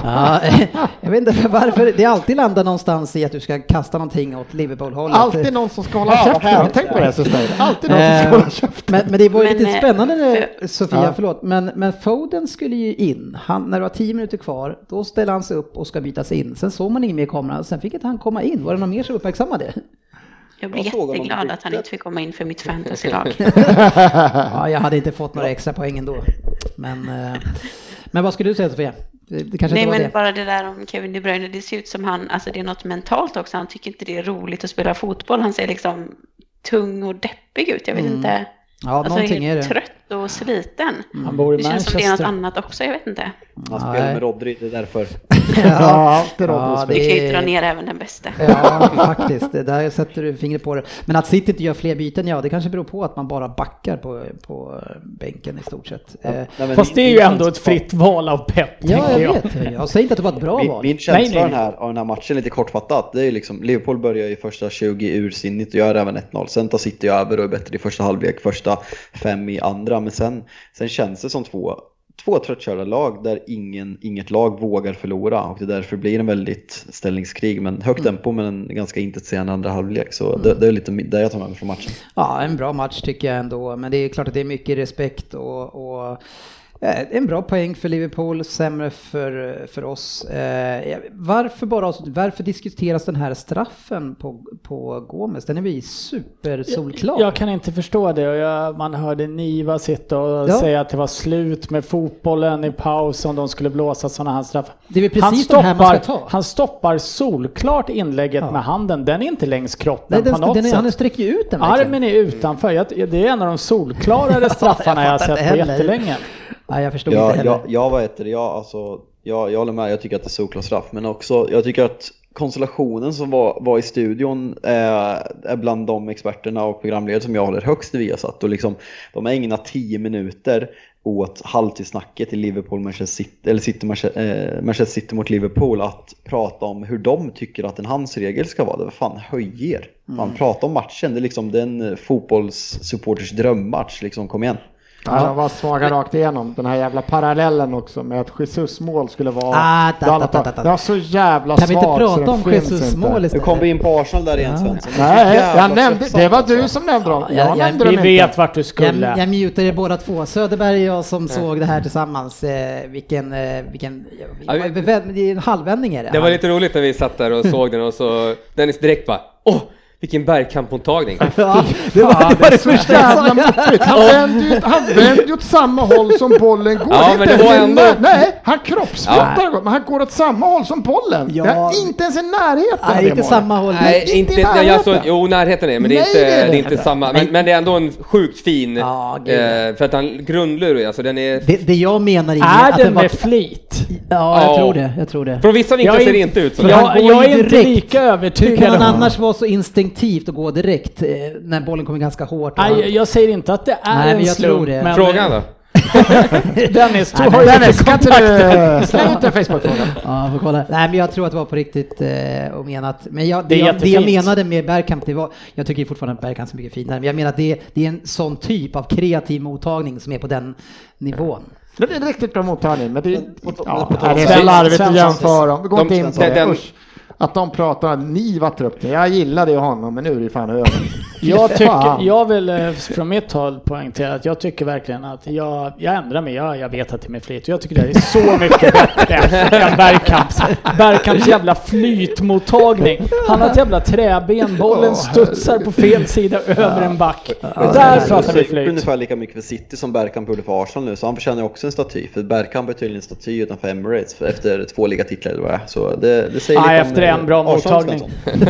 Jag vet inte varför det alltid landar någonstans i att du ska kasta någonting åt Liverpool. Alltid någon som ska hålla käften. Tänk på det så snart. Alltid någon som ska hålla käften. Men det var ju lite spännande, Sofia, förlåt. Men Foden skulle ju in. När det var 10 minuter kvar, då ställde han sig upp och ska bytas in. Sen såg man ingen mer kameran. Sen fick inte han komma in. Var det någon mer som uppmärksammade? Jag blir jätteglad att han inte fick komma in för mitt fantasylag. Ja, jag hade inte fått några extra poäng ändå. Men vad skulle du säga, Sofia? Nej, men bara det där om Kevin De Bruyne, det ser ut som det är något mentalt också. Han tycker inte det är roligt att spela fotboll. Han ser liksom tung och deppig ut. Jag vet inte. Ja, någonting är det. Trött och sliten. Han bor i det känns som det är något annat också, jag vet inte. Han spelar med Rodri, det är därför. Det kan ju dra ner även den bästa. Ja, faktiskt. Det där sätter du fingret på det. Men att City inte gör fler byten, det kanske beror på att man bara backar på bänken i stort sett. Fast det är ju ändå ett fritt val av Pep. Ja, jag vet. Jag säger inte att det var ett bra val. Min känsla av den här matchen, lite kortfattat, det är liksom Liverpool börjar i första 20 ursinnigt och gör även 1-0. Sen tar City över och är bättre i första halvlek, första 5 i andra. Men sen känns det som två tröttkörda lag där inget lag vågar förlora, och det därför blir en väldigt ställningskrig, men högt tempo men en ganska intetsägande andra halvlek, så det är lite där jag tar med mig från matchen. Ja, en bra match tycker jag ändå, men det är klart att det är mycket respekt och en bra poäng för Liverpool, sämre för oss. Varför diskuteras den här straffen på Gomes? Den är ju supersolklar. Jag kan inte förstå det. Man hörde Niva sitta och säga att det var slut med fotbollen i paus om de skulle blåsa sådana här straff. Det är precis det här man ska ta. Han stoppar solklart inlägget med handen. Den är inte längs kroppen på något sätt. Han sträcker ju ut den. Armen är utanför. Det är en av de solklarare straffarna jag har sett på jättelänge. Nej, jag förstår inte heller. Jag håller med, jag tycker att det är solklar straff, men också jag tycker att konstellationen som var i studion är bland de experterna och programledare som jag håller högst i Viasat, och liksom de har ägnat 10 minuter åt halvtidssnacket i Liverpool Manchester City mot Liverpool, att prata om hur de tycker att en handsregel ska vara. Det var fan höjer. Man pratar om matchen, det är liksom den fotbollssupporters drömmatch, liksom, kom igen. Ja, de var svaga rakt igenom. Den här jävla parallellen också med att Jesus mål skulle vara... Det var så jävla svagt. Kan vi inte prata om Jesus mål istället? Nu kom vi in på Arsenal där igen, Svensson. Nej, jag nämnde, det var du som nämnde dem. Vi vet vart du skulle. Jag mutade båda två. Söderberg och jag som såg det här tillsammans. Vilken halvvändning är det? Det var lite roligt när vi satt där och såg den och så Dennis direkt bara, vilken bergkampmottagning. Ja, det var det första jag sa. Han vände ju åt samma håll som bollen går. Ja, men det var ändå... Nej, han kroppsflyttar, men han går åt samma håll som bollen. Ja. Det är inte ens i närheten. Nej, inte samma håll. Nej, inte närheten. Närheten är, men det är inte samma. Men det är ändå en sjukt fin, för att han grundlurar, alltså den är... Det jag menar är den med flit? Ja, jag tror det. Från vissa vinklar ser det inte ut så. Jag är inte lika övertygad. Hur kan han annars vara så instinktivt och gå direkt när bollen kommer ganska hårt? Nej, jag säger inte att det är en slump. Men frågan då? Dennis, du har ju kontakten. Släng inte Facebook-frågan. Ja, får kolla. Nej, men jag tror att det var på riktigt och menat. Men det jag menade med Bergkamp, det var, jag tycker fortfarande att Bergkamp är mycket finare, men jag menar att det är en sån typ av kreativ mottagning som är på den nivån. Det är en riktigt bra mottagning, men det är så larvigt att jämföra dem. Vi går inte in på det. Att de pratar, ni var upp det. Jag gillade ju honom, men nu är det fan över. Jag vill från mitt håll poängtera att jag tycker verkligen att jag ändrar mig. Jag vet att det är med flit. Jag tycker det är så mycket bättre än Bergkamps jävla flytmottagning. Han har ett jävla träben. Bollen studsar på fel sida över en back. Där pratar vi flyt. Ungefär lika mycket för City som Bergkamp gjorde för Arsenal nu. Så han förtjänar också en staty. För Bergkamp är tydligen en staty utanför Emirates efter 2 ligatitlar eller vad det är. Så det säger lite om en bra mottagning.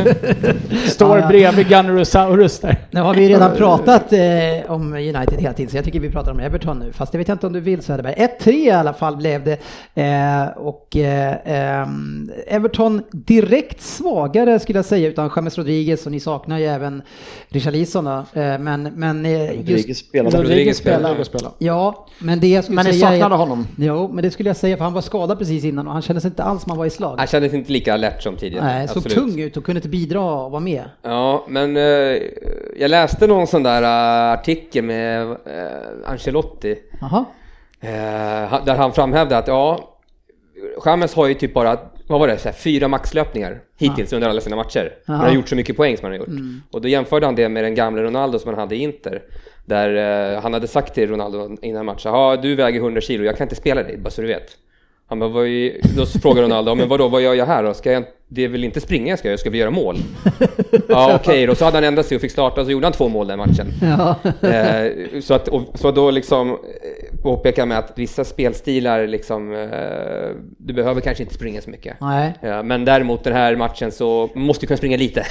Står bredvid Gunnerosaurus där. Nu har vi redan pratat om United hela tiden, så jag tycker vi pratar om Everton nu. Fast jag vet inte om du vill, Söderberg. 1-3 i alla fall blev det. Everton direkt svagare skulle jag säga, utan James Rodriguez, och ni saknar ju även Richarlison. Rodriguez spelar. Ja, men det jag skulle säga... Men ni saknade honom? Jo, men det skulle jag säga, för han var skadad precis innan och han kändes inte alls som han var i slag. Han kändes inte lika lätt som tidigare. Nej, så tung ut och kunde inte bidra och vara med. Ja, men jag läste någon sån där artikel med Ancelotti. Där han framhävde att James har ju typ bara, vad var det, så här, 4 maxlöpningar hittills under alla sina matcher. Han har gjort så mycket poäng som han har gjort. Och då jämförde han det med den gamla Ronaldo som han hade i Inter. Där han hade sagt till Ronaldo innan matchen, du väger 100 kilo, jag kan inte spela dig, bara så du vet. Han bara, då frågar Ronaldo, men vad gör jag här då? Det är väl inte springa jag ska vi göra mål? Okej, då så hade han ändrat sig och fick starta, och så gjorde han 2 mål den matchen. Så då liksom påpekar med att vissa spelstilar liksom, du behöver kanske inte springa så mycket. Nej. Men däremot den här matchen så måste du kunna springa lite.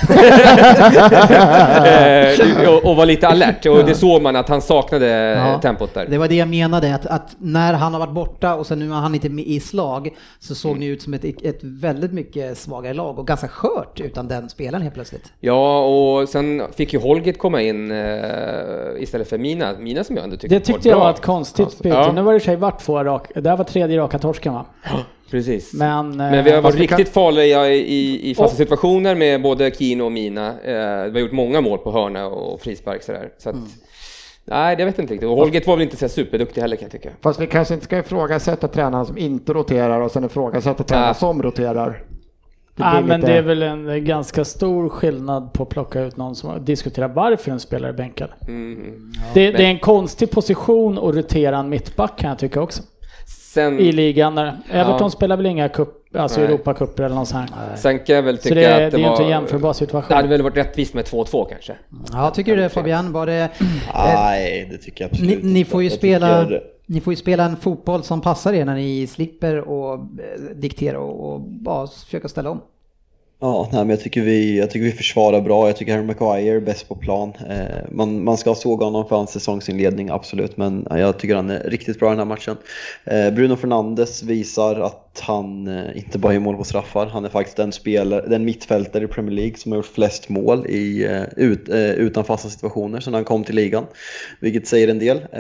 och vara lite alert, och det såg man att han saknade tempot där. Det var det jag menade, att när han har varit borta och sen nu har han inte med i slag, så såg ni ut som ett väldigt mycket svagare lag och ganska skört utan den spelaren helt plötsligt. Ja, och sen fick ju Holgate komma in istället för Mina som jag ändå tyckte. Det tyckte jag var ett konstigt byte. Nu var det sig vart 2 raka. Det här var 3:e raka torsken, va? Ja, precis. Men vi har varit riktigt farliga i fasta situationer med både Keane och Mina. Vi har gjort många mål på hörna och frispark sådär. Så att, nej, det vet jag inte riktigt. Och Holgate var väl inte så superduktig heller, kan jag tycka. Fast vi kanske inte ska ifrågasätta tränaren som inte roterar och sen ifrågasätta tränaren som roterar. Men det är väl en ganska stor skillnad på att plocka ut någon som diskuterar varför en spelare är bänkad. Det är en konstig position att rotera en mittback, kan jag tycka också. I ligan. Everton spelar väl inga Europacuper eller något sånt här. Sen kan jag väl tycka så det att är inte en jämförbar situation. Det hade väl varit rättvist med 2-2 kanske. Ja, tycker du det, Fabian? Var det... Nej, det tycker jag absolut ni får ju spela en fotboll som passar er när ni slipper och diktera och bara försöka ställa om. Ja, nej, men jag tycker vi försvarar bra. Jag tycker Harry Maguire är bäst på plan. Man ska såga honom för hans säsongsinledning, absolut. Men jag tycker han är riktigt bra i den här matchen. Bruno Fernandes visar att han inte bara gör mål på straffar. Han är faktiskt den mittfältare i Premier League som har gjort flest mål utan fasta situationer sedan han kom till ligan. Vilket säger en del.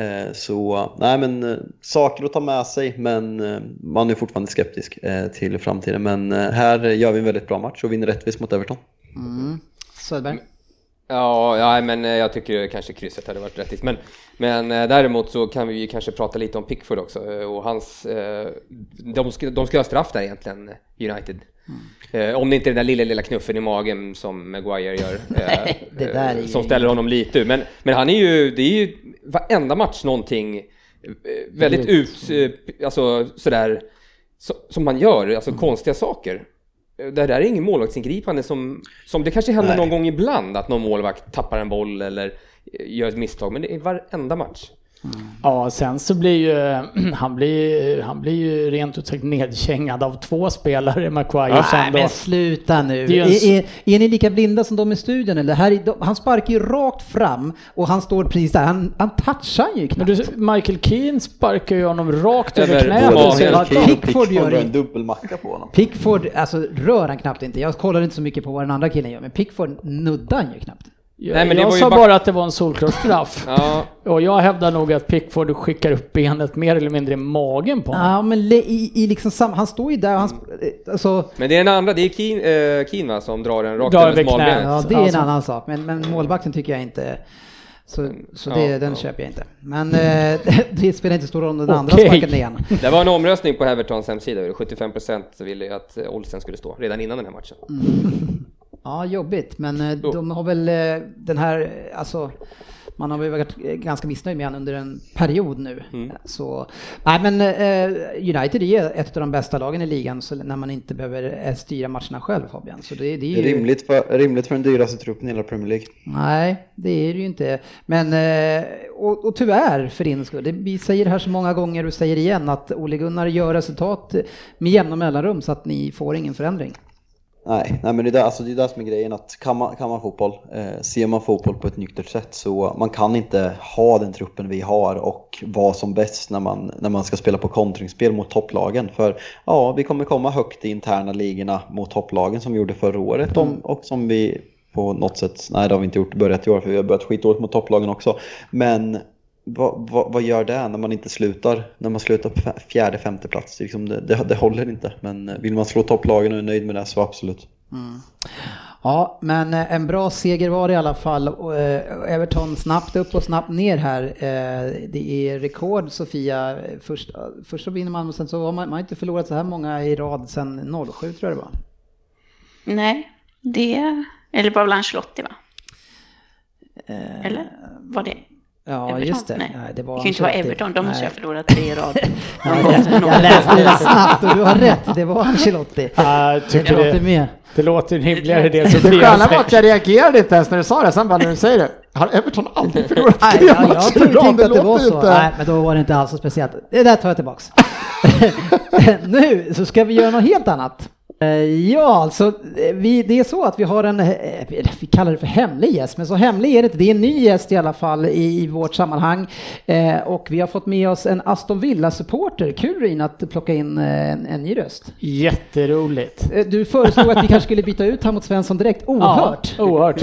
Saker att ta med sig, men man är fortfarande skeptisk till framtiden. Men här gör vi en väldigt bra match och vinner rättvist mot Everton. Söderberg? Ja, men jag tycker kanske krysset hade varit rättvist. Men däremot så kan vi kanske prata lite om Pickford också. Och hans, de ska ha straff där egentligen, United. Om det inte är den där lilla knuffen i magen som Maguire gör. Det där är som ställer honom lite. Men han är ju, det är ju varenda match någonting väldigt alltså sådär som man gör, alltså konstiga saker. Det där är ingen målvaktsingripande som det kanske händer någon gång ibland att någon målvakt tappar en boll eller gör ett misstag, men det är varenda match. Ja, sen så blir ju han blir ju rent ut sagt nedkängad av 2 spelare, Maguire. Nej, men sluta nu. Är ni lika blinda som de i studion? Eller? Han sparkar ju rakt fram och han står precis där. Han touchar ju knappt. Michael Keane sparkar ju honom rakt över knät. Pickford gör en dubbelmacka på honom. Pickford, alltså rör han knappt inte. Jag kollar inte så mycket på vad den andra killen gör, men Pickford nuddar han ju knappt. Nej, men jag sa bara att det var en solklar straff. Ja. Och jag hävdar nog att Pickford skickar upp benet mer eller mindre i magen på honom. Ja, men i liksom han står ju där och alltså... Men det är den andra, det är Keane va, som drar en rakt över smalbenet. Ja, det är en annan sak. Men målvakten tycker jag inte... Så den köper jag inte. Men det spelar inte stor roll om den andra sparkade igen. Det var en omröstning på Evertons hemsida. 75% ville ju att Olsen skulle stå redan innan den här matchen. Ja, jobbigt. Men de har väl den här... Alltså, man har väl varit ganska missnöjd med han under en period nu. Så, nej, men United är ett av de bästa lagen i ligan så när man inte behöver styra matcherna själv, Fabian. Så det är ju... rimligt för den dyraste truppen i hela Premier League. Nej, det är det ju inte. Men, och tyvärr för din skull. Vi säger det här så många gånger och säger igen att Ole Gunnar gör resultat med jämna mellanrum så att ni får ingen förändring. Nej, men det är där som är grejen, att kan man fotboll, ser man fotboll på ett nyktert sätt, så man kan inte ha den truppen vi har och vara som bäst när man ska spela på kontringsspel mot topplagen. För ja, vi kommer komma högt i interna ligorna mot topplagen som vi gjorde förra året och som vi på något sätt, nej det har vi inte börjat i år för vi har börjat skitåret mot topplagen också. Men vad gör det när man inte slutar? När man slutar på 4:e, 5:e plats liksom det håller inte. Men vill man slå topplagen och är nöjd med det så absolut. Ja, men en bra seger var det i alla fall. Everton snabbt upp och snabbt ner här. Det är rekord, Sofia. Först så vinner man och sen så har man inte förlorat så här många i rad sedan 07 tror jag det var. Nej, eller bara Ancelotti va? Eller var det? Ja, Everton? just det. Nej, det var kan ju inte vara Everton, de måste ju ha förlorat 3 i rad. Jag läste det snabbt och du har rätt, det var Ancelotti. Det låter rimligare det som det sköna var att jag reagerade inte ens när du sa det, sen bara när du säger det. Har Everton aldrig förlorat 3 matcher i rad? Det var så. Nej, men då var det inte alls så speciellt. Det där tar jag tillbaks. Nu så ska vi göra något helt annat. Ja, alltså det är så att vi har vi kallar det för hemlig gäst, men så hemlig är det inte. Det är en ny gäst i alla fall i vårt sammanhang och vi har fått med oss en Aston Villa-supporter. Kul Ryn att plocka in en ny röst. Jätteroligt. Du föreslog att vi kanske skulle byta ut han mot Svensson direkt. Oerhört. Ja, oerhört.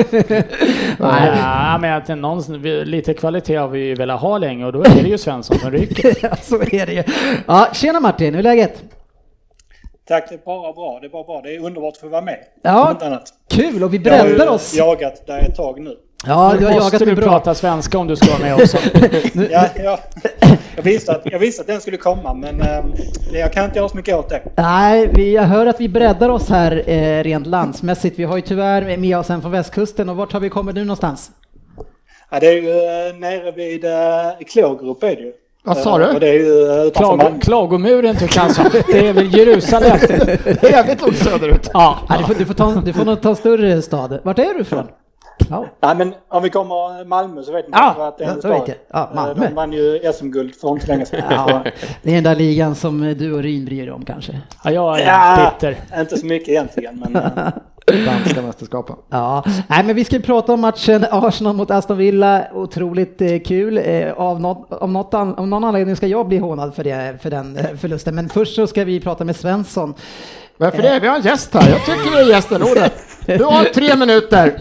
Nej, men att lite kvalitet har vi ju velat ha länge och då är det ju Svensson som ryker. Ja, så är det ju. Ja, tjena Martin, hur är läget? Tack, det är bara bra. Det är bara bra. Det är underbart att få vara med. Ja, kul. Och vi breddar oss. Jag har jagat där ett tag nu. Ja, du har jagat du prata svenska om du ska vara med också. Ja. Jag visste att den skulle komma, men jag kan inte göra så mycket åt det. Nej, jag hör att vi breddar oss här rent landsmässigt. Vi har ju tyvärr med oss en från västkusten. Och vart har vi kommit nu någonstans? Ja, det är ju nere vid Klågerup är det ju. Vad sa du? Det är ju Klagomuren tycker jag. Det är väl Jerusalem. Jävligt långt söderut. Ja, du får nog ta en större stad. Vart är du från? Nej, men om vi kommer Malmö så vet man att det är en stad. Ja, Malmö. De vann ju SM-guld för inte länge sedan. Ja, det är den där ligan som du och Ryn bryr dig om kanske. Ja, jag är bitter. Inte så mycket egentligen, men... Danska mästerskapen. Ja, nej, men vi ska prata om matchen Arsenal mot Aston Villa. Otroligt kul. Av någon anledning ska jag bli hånad för den förlusten. Men först så ska vi prata med Svensson. Varför det? Vi har en gäst här. Jag tycker det är gästen ordet. Du har 3 minuter.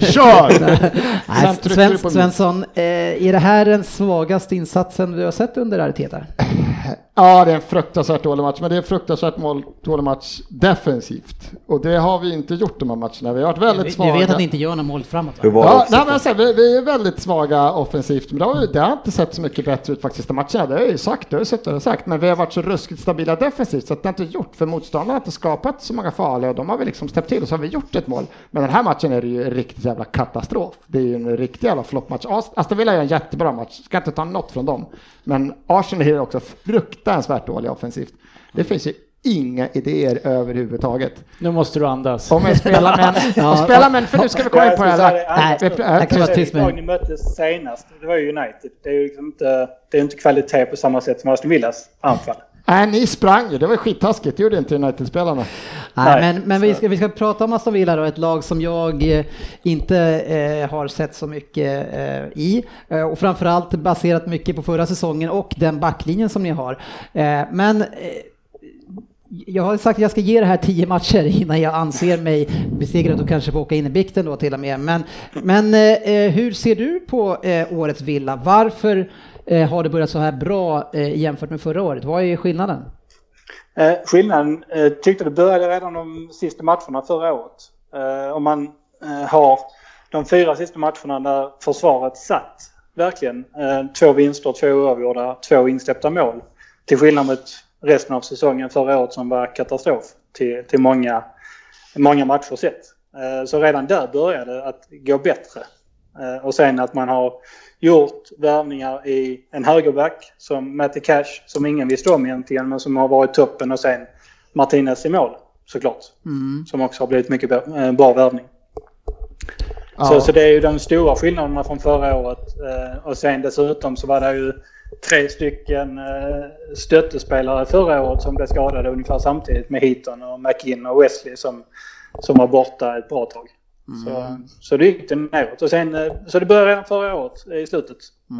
Kör! Svensson, är det här den svagaste insatsen du har sett under Arteta? Ja, det är en fruktansvärt dålig match, men det är en fruktansvärt dålig match defensivt. Och det har vi inte gjort de här matcherna. Vi har varit väldigt svaga. Du vet att ni inte gör några mål framåt, va? Ja, nej, men vi är väldigt svaga offensivt, men det har inte sett så mycket bättre ut faktiskt i matcherna. Det har jag ju sagt, men vi har varit så ruskigt stabila defensivt så att det inte gjort, för motståndarna har inte skapat så många farliga, och de har vi liksom släppt till, och så har vi gjort ett mål. Men den här matchen är det ju en riktigt jävla katastrof. Det är ju en riktig jävla floppmatch. Aston Villa är en jättebra match, ska inte ta något från dem. Men Arsenal är också fruktansvärt dåliga offensivt. Det finns ju inga idéer överhuvudtaget. Nu måste du andas. Om jag spelar men för nu ska vi komma in på det här. Nej, ni möttes senast. Det var ju United. Det är ju liksom inte kvalitet på samma sätt som Aston Villas anfall. Nej, ni sprang ju. Det var skittaskigt. Det gjorde inte United-spelarna. Nej, men vi ska prata om Aston Villa då, ett lag som jag inte har sett så mycket i. Och framförallt baserat mycket på förra säsongen och den backlinjen som ni har. Men jag har sagt att jag ska ge det här 10 matcher innan jag anser mig besegrad och kanske få åka in i bikten då till och med. Men hur ser du på årets Villa? Varför har det börjat så här bra jämfört med förra året? Vad är skillnaden? Skillnaden tyckte det började redan de sista matcherna förra året. Om man har de 4 sista matcherna där försvaret satt verkligen 2 vinster, 2 oavgjorda, 2 insläppta mål. Till skillnad mot resten av säsongen förra året som var katastrof till många matcher sett. Så redan där började det att gå bättre. Och sen att man har gjort värvningar i en högerback som Matty Cash, som ingen visste om egentligen, men som har varit toppen, och sen Martinez i mål såklart. Som också har blivit mycket bra värvning. Ja. Så det är ju de stora skillnaderna från förra året. Och sen dessutom så var det ju 3 stycken stöttespelare förra året som blev skadade ungefär samtidigt, med Heaton och McInn och Wesley som var borta ett bra tag. Så det gick det neråt. Och sen, så det började redan förra året i slutet.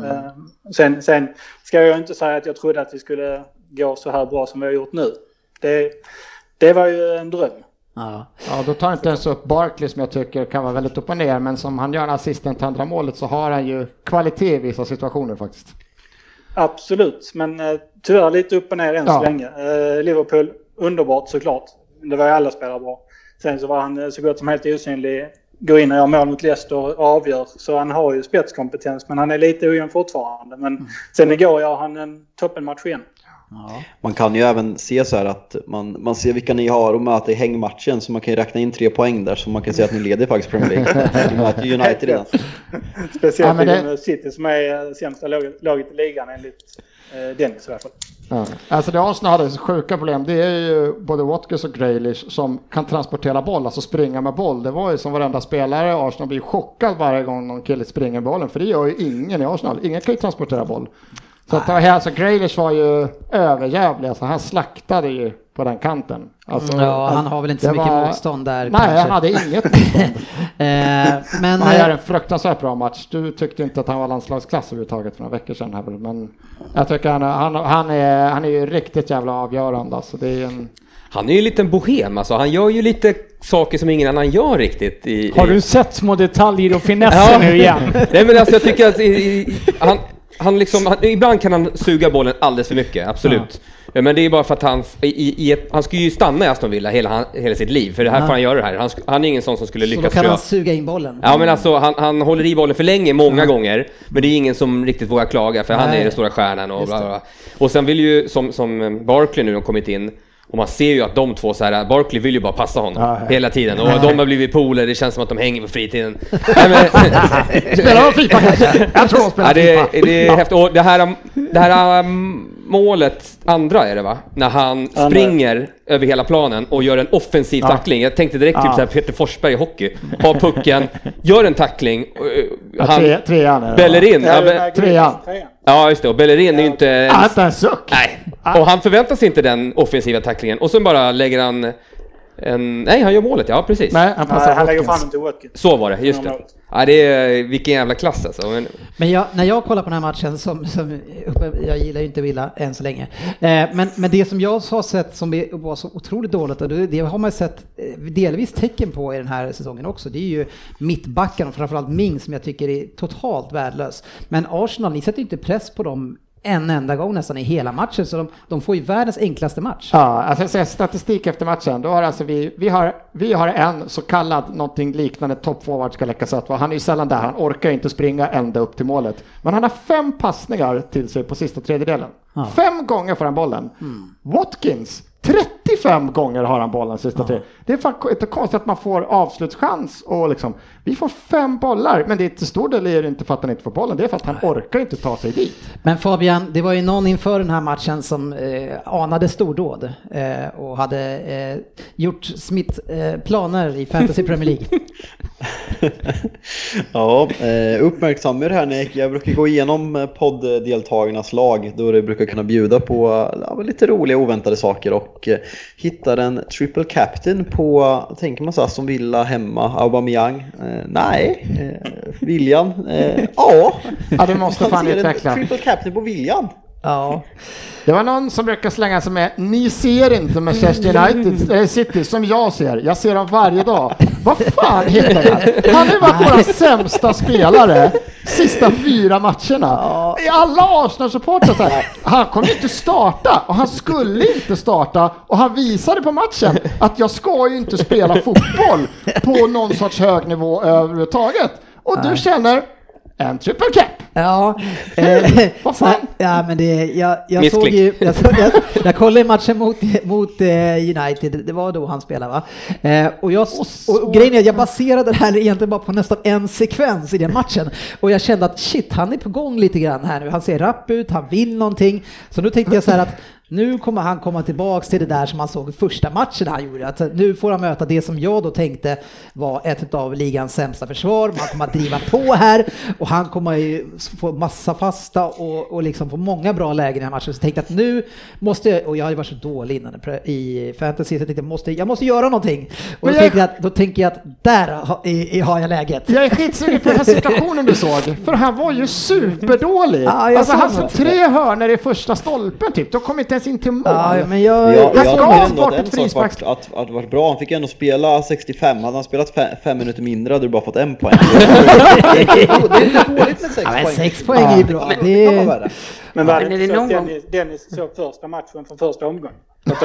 Sen ska jag inte säga att jag trodde att vi skulle gå så här bra som vi har gjort nu. Det var ju en dröm. Ja, då tar inte ens upp Barkley som jag tycker kan vara väldigt upp och ner, men som han gör assisten till andra målet så har han ju kvalitet i vissa situationer faktiskt. Absolut, men tyvärr lite upp och ner än så länge. Liverpool, underbart såklart. Det var ju alla spelare bra. Sen så var han så gott som helt osynlig. Går in och gör mål mot Leicester och avgör. Så han har ju spetskompetens, men han är lite ojämn fortfarande. Men sen igår gör han en toppenmatch igen. Ja. Man kan ju även se så här att man ser vilka ni har och möter i hängmatchen, så man kan ju räkna in 3 poäng där, så man kan se att ni leder faktiskt Premier League. Ni möter United redan. Speciellt i City som är sämsta laget i ligan enligt Dennis i alla fall. Ja. Alltså det Arsenal hade så sjuka problem, det är ju både Watkins och Grealish som kan transportera boll, alltså springa med boll. Det var ju som varenda spelare i Arsenal blir chockad varje gång någon kille springer med bollen, för det gör ju ingen i Arsenal. Ingen kan ju transportera boll. Så att alltså Grealish var ju överjävlig, alltså han slaktade ju på den kanten. Alltså, han har väl inte så mycket motstånd där. Nej, kanske. Han hade inget motstånd. Men han gör en fruktansvärt bra match. Du tyckte inte att han var landslagsklass överhuvudtaget för några veckor sedan här, men jag tycker han är ju riktigt jävla avgörande. Alltså, det är han är ju en liten bohem, alltså. Han gör ju lite saker som ingen annan gör riktigt. Har du sett små detaljer och finesser nu igen? Nej, men alltså jag tycker att ibland kan han suga bollen alldeles för mycket, absolut. Ja. Men det är bara för att han ska ju stanna i Aston Villa hela sitt liv, för det här får han göra det här. Han är ingen sån som skulle lyckas. Så då kan han suga in bollen. Ja, men alltså han håller i bollen för länge, många gånger, men det är ingen som riktigt vågar klaga, för han är den stora stjärnan och bla bla. Och sen vill ju som Barkley nu har kommit in. Och man ser ju att de två så här, Barkley vill ju bara passa honom hela tiden. Och de har blivit poler, det känns som att de hänger på fritiden. Spelar de FIFA kanske? Jag tror de spelar FIFA. Det är häftigt. Och det här målet, andra är det va? När han springer över hela planen och gör en offensiv tackling. Jag tänkte direkt typ så här Peter Forsberg i hockey. Har pucken, gör en tackling. Trean. Bellerin. Trean. Ja, just det. Och Bellerin är ju inte... Inte en suck. Nej. Och han förväntar sig inte den offensiva tacklingen. Och så bara lägger han nej, han gör målet. Ja, precis. Nej, han lägger fram till Watkins. Så var det, just det. Ja, det är vilken jävla klass alltså. Men när jag kollar på den här matchen som jag gillar ju inte Villa än så länge. Men det som jag har sett som var så otroligt dåligt, och det har man sett delvis tecken på i den här säsongen också. Det är ju mittbacken och framförallt Ming som jag tycker är totalt värdelös. Men Arsenal, ni sätter inte press på dem en enda gång nästan i hela matchen, så de får ju världens enklaste match. Ja, alltså jag säger statistik efter matchen, då har alltså vi har en så kallad någonting liknande toppforward ska läckas att han är ju sällan där, han orkar inte springa ända upp till målet, men han har 5 passningar till sig på sista tredjedelen. 5 gånger får han bollen. Watkins 35 gånger har han bollen sista tre. Det är faktiskt inte konstigt att man får avslutschans och liksom, vi får 5 bollar, men det är till stor del är det inte för att han inte får bollen, det är för att han orkar inte ta sig dit. Men Fabian, det var ju någon inför den här matchen som anade stordåd och hade gjort Smith-planer i Fantasy Premier League. Ja, uppmärksam med det här. Jag brukar gå igenom podddeltagarnas lag då det brukar kunna bjuda på lite roliga oväntade saker, och hittar en triple captain på, tänker man så här, som Villa hemma, Aubameyang, nej, William, ja, det måste fan utveckla. Triple captain på William. Ja. Det var någon som brukar slänga sig med, ni ser inte Manchester United City som jag ser. Jag ser dem varje dag. Vad fan heter det? Han har varit våra sämsta spelare sista 4 matcherna. I alla Arsenal-supportrar. Han kommer inte starta, och han skulle inte starta, och han visade på matchen att jag ska ju inte spela fotboll på någon sorts hög nivå överhuvudtaget. Och du känner en triple cap. Ja, vad fan? Ja, men det, jag såg ju, jag kollade matchen mot United, det var då han spelade, va? Och grejen är att jag baserade det här egentligen bara på nästan en sekvens i den matchen, och jag kände att shit, han är på gång lite grann här nu, han ser rapp ut, han vill någonting, så nu tänkte jag så här att nu kommer han komma tillbaks till det där som han såg i första matchen han gjorde. Att nu får han möta det som jag då tänkte var ett av ligans sämsta försvar. Man kommer att driva på här, och han kommer ju få massa fasta och liksom få många bra lägen i den här matchen. Så jag tänkte att nu måste jag, och jag har ju varit så dålig innan i fantasy, så jag tänkte jag måste göra någonting. Och då tänker jag att där har jag läget. Jag är skitsugen på den här situationen du såg, för han var ju superdålig. Alltså han slog 3 hörnor i första stolpen typ. Då kom inte ens in till mål. Men jag tycker ändå att en sak att det var bra. Han fick ändå spela 65. Hade han spelat 5 minuter mindre hade du bara fått 1 poäng. Det är inte dåligt med 6 poäng. Men 6 poäng är bra. Men var det någon gång Dennis såg första matchen från första omgången?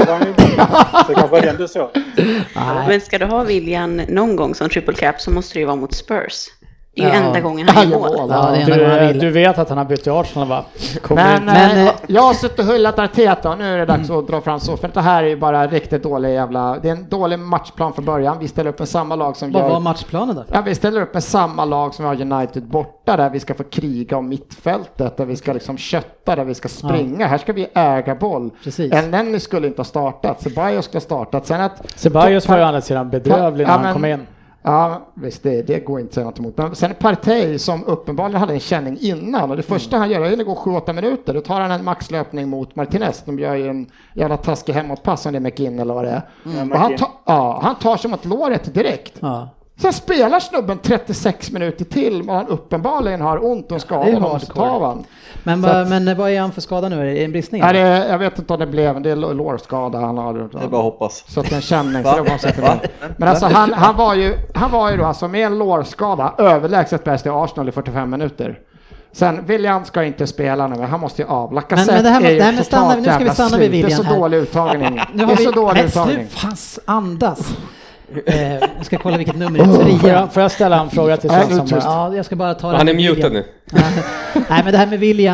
Så kanske den du såg. Men ska du ha William någon gång som triple cap, så måste det ju vara mot Spurs. Det är ju enda gången han är mål. Du vet att han har bytt till Arsenal, va? Men jag har suttit och hyllat Arteta, och nu är det dags att dra fram så. För det här är ju bara riktigt dålig jävla... Det är en dålig matchplan från början. Vi ställer upp med samma lag som Vad var matchplanen då? Ja, vi ställer upp med samma lag som har United borta, där vi ska få kriga om mittfältet, där vi ska liksom kötta, där vi ska springa. Här ska vi äga boll. Elneny skulle inte ha startat. Ceballos skulle ha startat. Ceballos var ju andra sidan bedrövlig när han kom in. Ja, visst, det går inte att säga något emot. Men sen Partey som uppenbarligen hade en känning innan, och det första han gör är att gå 7-8 minuter. Då tar han en maxlöpning mot Martinez. De gör ju en jävla taskig hemåtpass om det är McInn eller vad det är. Och han tar som ett låret direkt. Ja. Sen spelar snubben 36 minuter till, och han uppenbarligen har ont och skadad. Men vad är han för skada nu? Är det en bristning? Nej, jag vet inte om det blev. Det är lårskada han har. Det är bara hoppas. Så att det är en känning. Så det men alltså han var ju då alltså med en lårskada överlägset bäst i Arsenal i 45 minuter. Sen William ska inte spela nu, men han måste ju avlacka sig. Men det här med stanna, nu ska vi stanna vid William. Det är så dålig uttagning. Det är så dålig uttagning. Men fast andas. Jag ska kolla vilket nummer det är. Får jag ställa en fråga till Svensson? Ja, jag ska bara ta det. Han är mutad nu. Nej, men det här med William,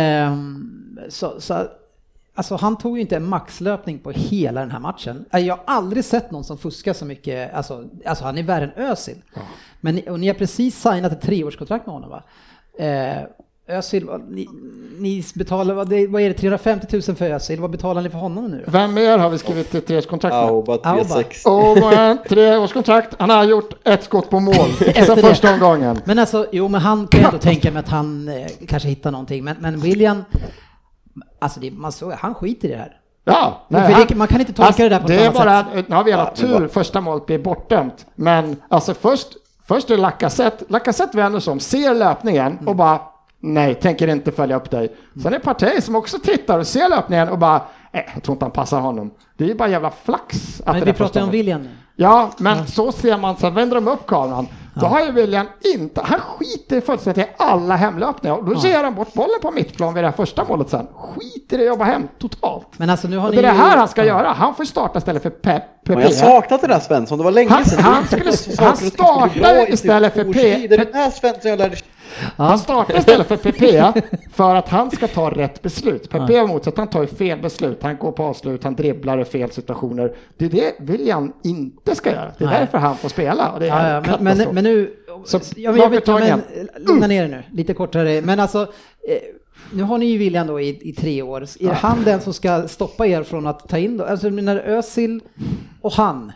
alltså han tog ju inte en maxlöpning på hela den här matchen. Jag har aldrig sett någon som fuskar så mycket. Alltså han är värre än Özil. Men ni har precis signat ett 3-årskontrakt med honom, va? Özil, ni betalar, vad är det, 350 000 för Özil? Vad betalar ni för honom nu då? Vem mer har vi skrivit ett 3-årskontrakt med? Auba. 3-årskontrakt. Han har gjort ett skott på mål sen första omgången. Men alltså, men han kan ändå tänka mig att han kanske hittar någonting. Men William, alltså han skiter i det här. Ja, man kan inte tolka det där på det ett annat sätt. Nu har vi alla tur, första målet blir bortdömt. Men alltså först är Lacazette vänder som ser löpningen och bara nej, tänker inte följa upp dig. Sen är Partey som också tittar och ser löpningen och bara jag tror inte han passar honom. Det är ju bara jävla flax. Men vi pratar om William nu. Ja, men så ser man, så vänder de upp kameran. Då har ju William inte, han skiter fullständigt i alla hemlöpningar. Och då ger han bort bollen på mittplan vid det här första målet sen. Skiter i att jobba hem totalt. Men alltså, nu har och det är det här han ska göra. Han får starta istället för PP. Men jag saknat det där Svensson, det var länge sedan. Han startar istället för PP. Det är den här Svensson jag lärde. Han startar istället för PP för att han ska ta rätt beslut. PP är motsatt, han tar ju fel beslut. Han går på avslut, han dribblar i fel situationer. Det är det William inte ska göra. Det är därför han får spela. Och det är men nu... Jag vet men lugna ner nu, lite kortare. Men alltså... Nu har ni ju William då i 3 år. Är han den som ska stoppa er från att ta in då? Alltså när Özil och han...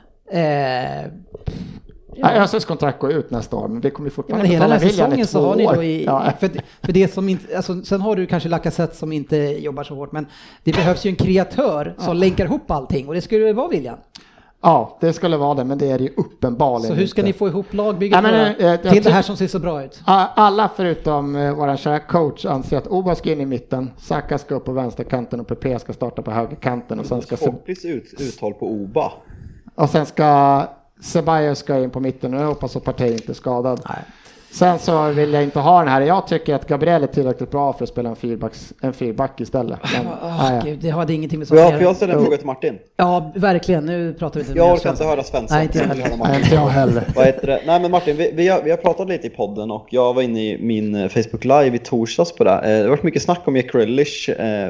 Özils kontrakt går ut nästa år, men det kommer fortfarande hela den här säsongen så har ni då för det som inte, alltså, sen har du kanske Lacazette som inte jobbar så hårt, men det behövs ju en kreatör som länkar ihop allting, och det skulle vara William. Ja, det skulle vara det, men det är ju uppenbarligen. Så hur ska ni få ihop lagbygget till det här som ser så bra ut? Alla förutom våran kära coach anser att Oba ska in i mitten, Saka ska upp på vänsterkanten och PP ska starta på högerkanten. Och sen ska uttal på Oba. Och sen ska Ceballos ska in på mitten, och jag hoppas att Partey inte är skadad. Nej. Sen så vill jag inte ha den här. Jag tycker att Gabriel är tillräckligt bra för att spela en fyrback istället. Men, Gud, det hade ingenting med så att göra. Jag ställer en fråga till Martin. Ja, verkligen. Nu pratar vi inte. Jag orkar inte höra Svensson. Nej, inte jag heller. Nej, men Martin, vi har pratat lite i podden och jag var inne i min Facebook Live i torsdags på det. Det har varit mycket snack om Jack Grealish,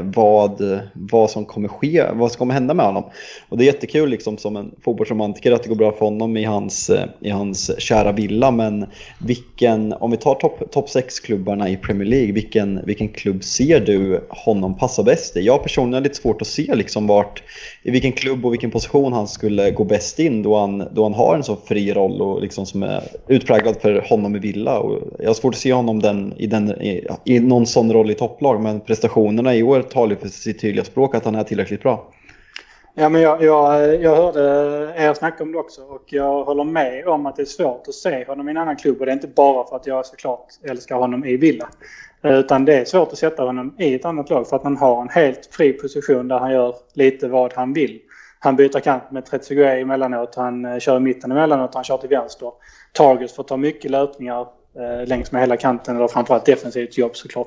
vad som kommer ske, vad som kommer hända med honom. Och det är jättekul liksom, som en fotbollsromantiker att det går bra för honom i hans kära villa, men om vi tar topp 6-klubbarna i Premier League, vilken klubb ser du honom passa bäst i? Jag personligen har lite svårt att se liksom i vilken klubb och vilken position han skulle gå bäst in då han har en så fri roll och liksom som är utpräglad för honom i Villa. Och jag har svårt att se honom i någon sån roll i topplag, men prestationerna i år talar för sitt tydliga språk att han är tillräckligt bra. Ja, men jag hörde er snacka om det också, och jag håller med om att det är svårt att se honom i en annan klubb, och det är inte bara för att jag såklart älskar honom i Villa, utan det är svårt att sätta honom i ett annat lag för att han har en helt fri position där han gör lite vad han vill. Han byter kant med Trezeguet emellanåt, han kör i mitten emellanåt, han kör till vänster. Target får ta mycket löpningar längs med hela kanten, eller framförallt defensivt jobb såklart.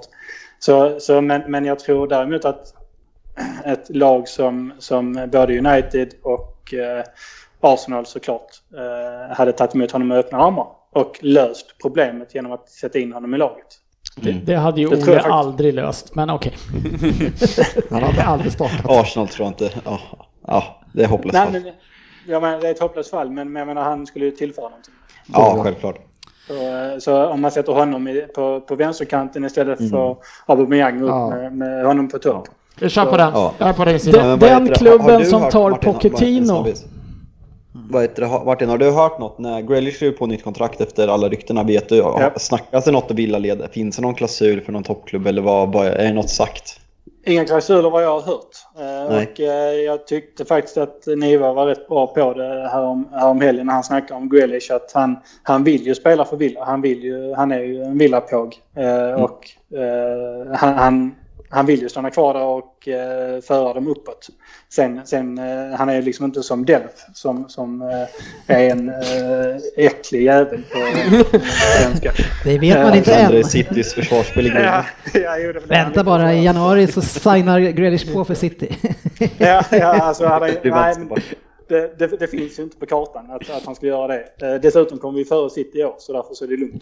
Men jag tror däremot att ett lag som både United och Arsenal såklart hade tagit emot honom med öppna armar och löst problemet genom att sätta in honom i laget. Det hade ju Ole aldrig löst, men okej. Han hade aldrig startat. Arsenal tror jag inte. Ja, det är hopplöst fall. Men det är ett hopplöst fall, men jag menar, han skulle ju tillföra någonting. Ja, självklart. Så om man sätter honom på vänsterkanten istället för Aubameyang upp med honom på topp. Jag kör på den. Ja. Jag är på den sidan. Den klubben som tar Pochettino. Martin, har du hört något när Grealish är på nytt kontrakt efter alla ryktena? Vet du, snackas det något att Villa leder? Finns det någon klausul för någon toppklubb, eller är det något sagt? Inga klausuler vad jag har hört. Och jag tyckte faktiskt att Niva var rätt bra på det här om helgen när han snackade om Grealish, att han vill ju spela för Villa. Han är ju en Villa-påg. Och han vill ju stanna kvar där och föra dem uppåt. Sen han är liksom inte som Delf som är en äcklig jävel på svenska. Det vet man inte än. Det är Citys försvarsspel. Vänta bara, i januari så signar Grealish på för City. Det finns ju inte på kartan att han ska göra det. Dessutom kommer vi före City i år, så därför så är det lugnt.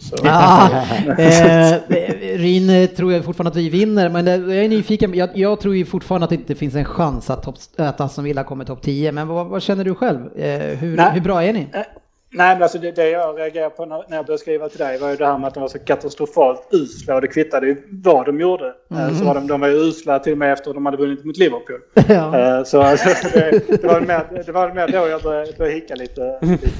Ryn tror jag fortfarande att vi vinner, men jag är nyfiken. Jag tror ju fortfarande att det inte finns en chans att Aston Villa kommer topp 10. Men vad känner du själv? Hur bra är ni? Nej, men alltså det jag reagerade på när jag började skriva till dig var ju det här med att de var så katastrofalt usla, och det kvittade ju vad de gjorde. Så var de var ju usla till och med efter att de hade vunnit mot Liverpool. Ja. Så alltså, det var mer då jag började hicka lite.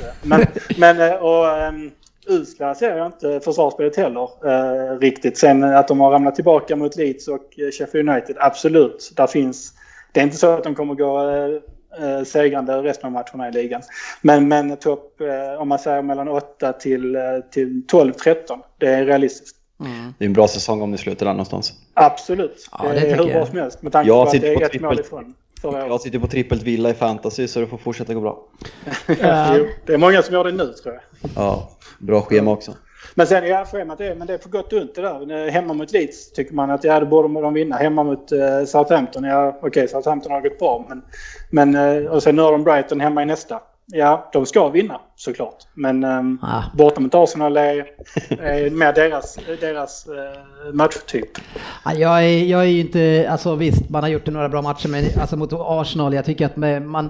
Usla ser jag inte försvarsspelet heller riktigt. Sen att de har ramlat tillbaka mot Leeds och Sheffield United, absolut. Det är inte så att de kommer gå segrande resten av matcherna i ligan. Men topp, om man säger mellan 8 till 12-13, det är realistiskt. Det är en bra säsong om ni slutar där någonstans. Absolut. Det är hur bra som helst. Med tanke på att det är ett mål ifrån. Jag sitter på trippelt Villa i fantasy så det får fortsätta gå bra. Det är många som gör det nu, tror jag. Ja, bra schema också. Men sen är schemat men det är för gott och ont det där. Hemma mot Leeds tycker man att det borde de vinna. Hemma mot Southampton, Southampton har gått bra. Men och sen nu har de Brighton hemma i nästa. Ja, de ska vinna såklart. Men borta mot Arsenal är med deras matchtyp. Ja, jag är ju inte, alltså visst, man har gjort några bra matcher, men alltså mot Arsenal, jag tycker att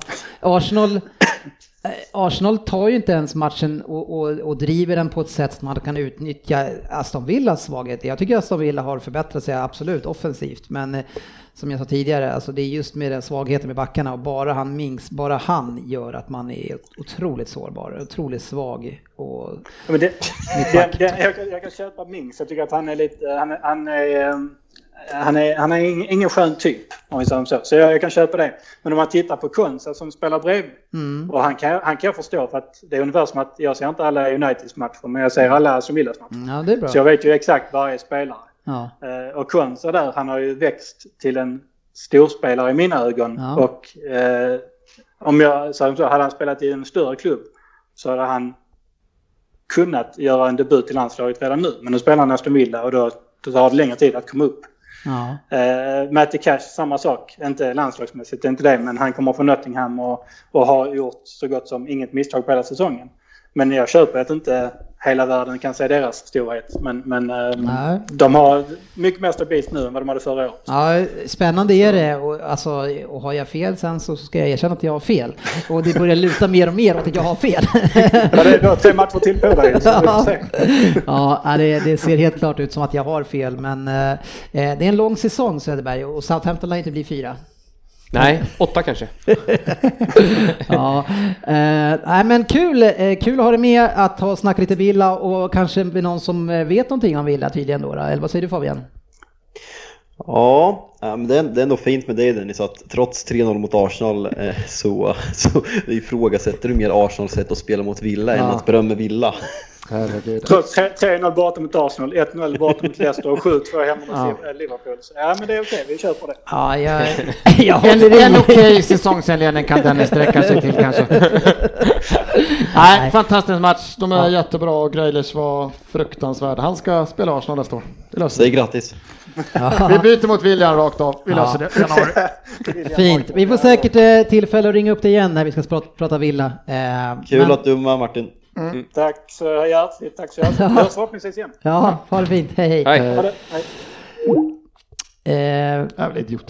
Arsenal tar ju inte ens matchen och driver den på ett sätt som man kan utnyttja Aston Villas svaghet. Jag tycker att Aston Villa har förbättrat sig absolut offensivt, men som jag sa tidigare, alltså det är just med den svagheten med backarna och bara han gör att man är otroligt sårbar, otroligt svag. Och men jag kan köpa Mings. Jag tycker att han är lite han är ingen skön typ, om vi säger så jag kan köpa det. Men om man tittar på Kunsa som spelar bredvid och han kan jag förstå, för att det är ungefär som att jag ser inte alla Uniteds matcher, men jag ser alla som Villas matcher. Ja, det är bra. Så jag vet ju exakt varje spelare. Ja. Och Kunsa där, han har ju växt till en storspelare i mina ögon. Ja. Och om jag så hade han spelat i en större klubb så hade han kunnat göra en debut i landslaget redan nu. Men nu spelar han Aston Villa och då tar det längre tid att komma upp. Ja. Matty Cash, samma sak. Inte landslagsmässigt, inte det. Men han kommer från Nottingham och har gjort så gott som inget misstag på hela säsongen. Men jag köper att inte hela världen kan se deras storhet. Men de har mycket mer stabilt nu än vad de hade förra året. Ja, spännande är det. Och har jag fel sen så ska jag erkänna att jag har fel. Och det börjar luta mer och mer åt att jag har fel. Ja, det är 3 matcher till på dig. Det ser helt klart ut som att jag har fel. Men det är en lång säsong, Söderberg. Och Southampton lär inte bli 4. Nej, 8 kanske. Ja, men kul att ha det med, att ha snackat lite Villa och kanske med någon som vet någonting om Villa tydligen då. Eller vad säger du, Fabian? Ja, men det är ändå fint med dig, Dennis, att trots 3-0 mot Arsenal så ifrågasätter du mer Arsenals sätt att spela mot Villa än att berömma Villa. Trots 3-0 borta mot Arsenal, 1-0 borta mot Leicester och 7-2 hemma mot Liverpool. Ja, men det är okej, vi kör på det. Ja, en okej säsongsinledning kan den sträcka sig till kanske. Nej, fantastisk match. De är jättebra och Grealish var fruktansvärd. Han ska spela Arsenal nästa år. Det löser det. Grattis. Vi byter mot William rakt av. Vi löser det. Fint. Vi får säkert tillfälle att ringa upp dig igen när vi ska prata Villa. Kul att du är med, Martin. Tack så hjärtligt. Tack så hjärtligt. Vi hörs förhoppningsvis igen. Ja, ha det fint. Hej. Jävla idiot.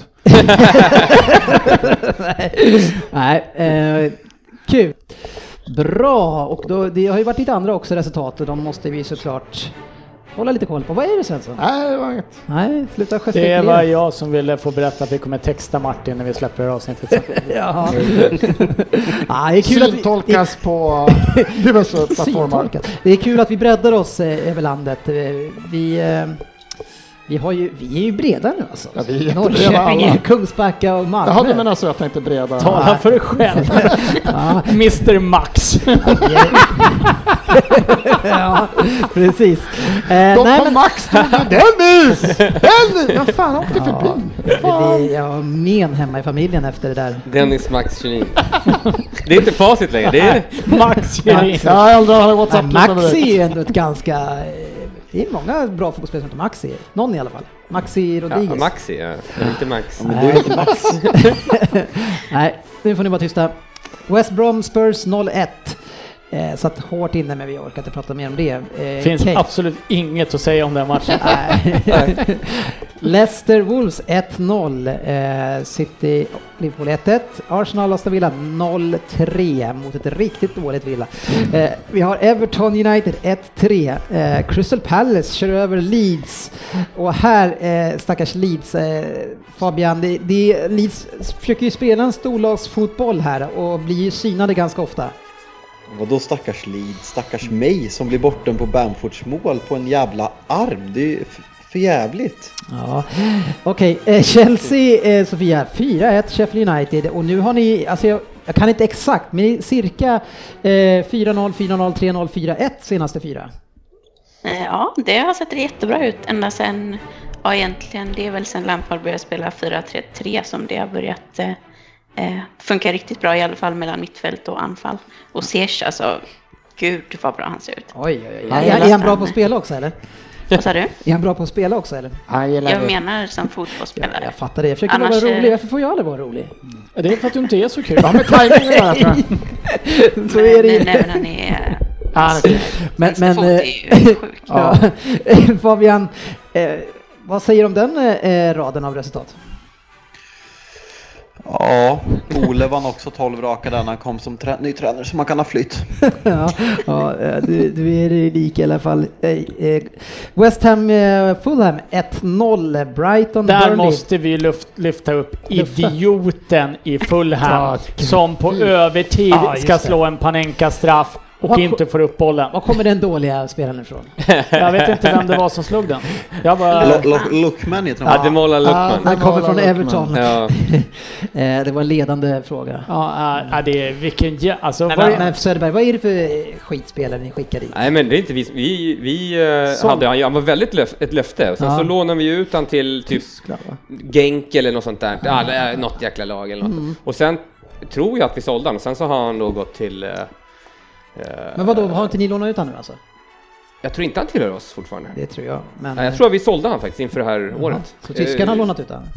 Nej. Kul. Bra. Och då, det har ju varit lite andra också resultat och de måste vi såklart hålla lite koll på. Vad är det, Svensson? Nej, det var inget. Nej, sluta gestikulera. Det var jag som ville få berätta att vi kommer texta Martin när vi släpper det avsnittet. Ja. Det är kul att tolkas på diverse plattformar. Det är kul att vi breddar oss över landet. Vi är ju breda nu alltså. Ja, vi är Norrköping, Kungsbacka och Malmö. Jaha, men alltså jag tänkte breda. Tala för dig själv. Mr. Max. Ja, precis. Max tog Dennis! Vad fan åkte förbi? Jag har men hemma i familjen efter det där. Dennis Max 29. Det är inte facit längre. Det är Max 29. Ja, jag undrar WhatsApp. Max är ändå ett ganska... Det är många bra fotbollsspelare som Maxi. Någon i alla fall. Maxi Rodriguez. Ja, Maxi, ja. Men inte Max. Ja, men du är inte Max. Nej, nu får ni bara tysta. West Brom Spurs 0-1. Satt hårt inne, men vi orkar inte prata mer om det. Finns absolut inget att säga om den matchen. Leicester Wolves 1-0. City Liverpool 1-1. Arsenal Aston Villa 0-3 mot ett riktigt dåligt Villa. Vi har Everton United 1-3. Crystal Palace kör över Leeds. Och här, stackars Leeds, Fabian, Leeds försöker ju spela en storlagsfotboll här och blir ju synade ganska ofta. Vadå stackars Leeds? Stackars mig som blir borten på Bamfords mål på en jävla arm. Det är för jävligt. Ja, okej. Chelsea, Sofia, 4-1 Sheffield United. Och nu har ni, alltså jag kan inte exakt, men cirka 4-0, 4-0, 3-0, 4-1 senaste 4. Ja, det har sett jättebra ut ända sen, egentligen det är väl sen Lampard började spela 4-3-3 som det har börjat Funkar riktigt bra i alla fall mellan mittfält och anfall. Och Ziyech, alltså, gud vad bra han ser ut. Oj. Är han bra på att spela också, eller? Vad sa du? Är han bra på att spela också, eller? Jag menar som fotbollsspelare. Jag fattar det. Jag försöker vara rolig. Varför får jag aldrig vara rolig? Det är för att du inte är så kul. Ja, med tajmingen där. Så är det. Nej, men han är... Men fot är ju sjukt. Ja. Fabian, vad säger du om den raden av resultat? Ja, Ole vann också 12 raka där när han kom som ny tränare, så man kan ha flytt. ja, du är lik i alla fall. West Ham, Fulham 1-0, Brighton, där Burnley. måste vi lyfta upp idioten i Fulham som på övertid ska slå en Panenka-straff och inte får upp bollen. Var kommer den dåliga spelaren ifrån? Jag vet inte vem det var som slog den. Jag bara... Lookman heter han. Ademola Lookman. Han kommer från Everton. Ja. Det var en ledande fråga. Ja, det är vilken... Alltså, men Söderberg, vad är det för skitspelare ni skickar dit? Nej, men det är inte vi hade han var väldigt ett löfte. Och sen så lånade vi ut han till typ Genk eller något sånt där. Något jäkla lag eller något. Och sen tror jag att vi sålde han. Och sen så har han då gått till... Men vadå, har inte ni lånat ut han nu alltså? Jag tror inte han tillhör oss fortfarande. Det tror jag. Men... jag tror att vi sålde han faktiskt inför det här året. Så tyskarna har lånat ut han?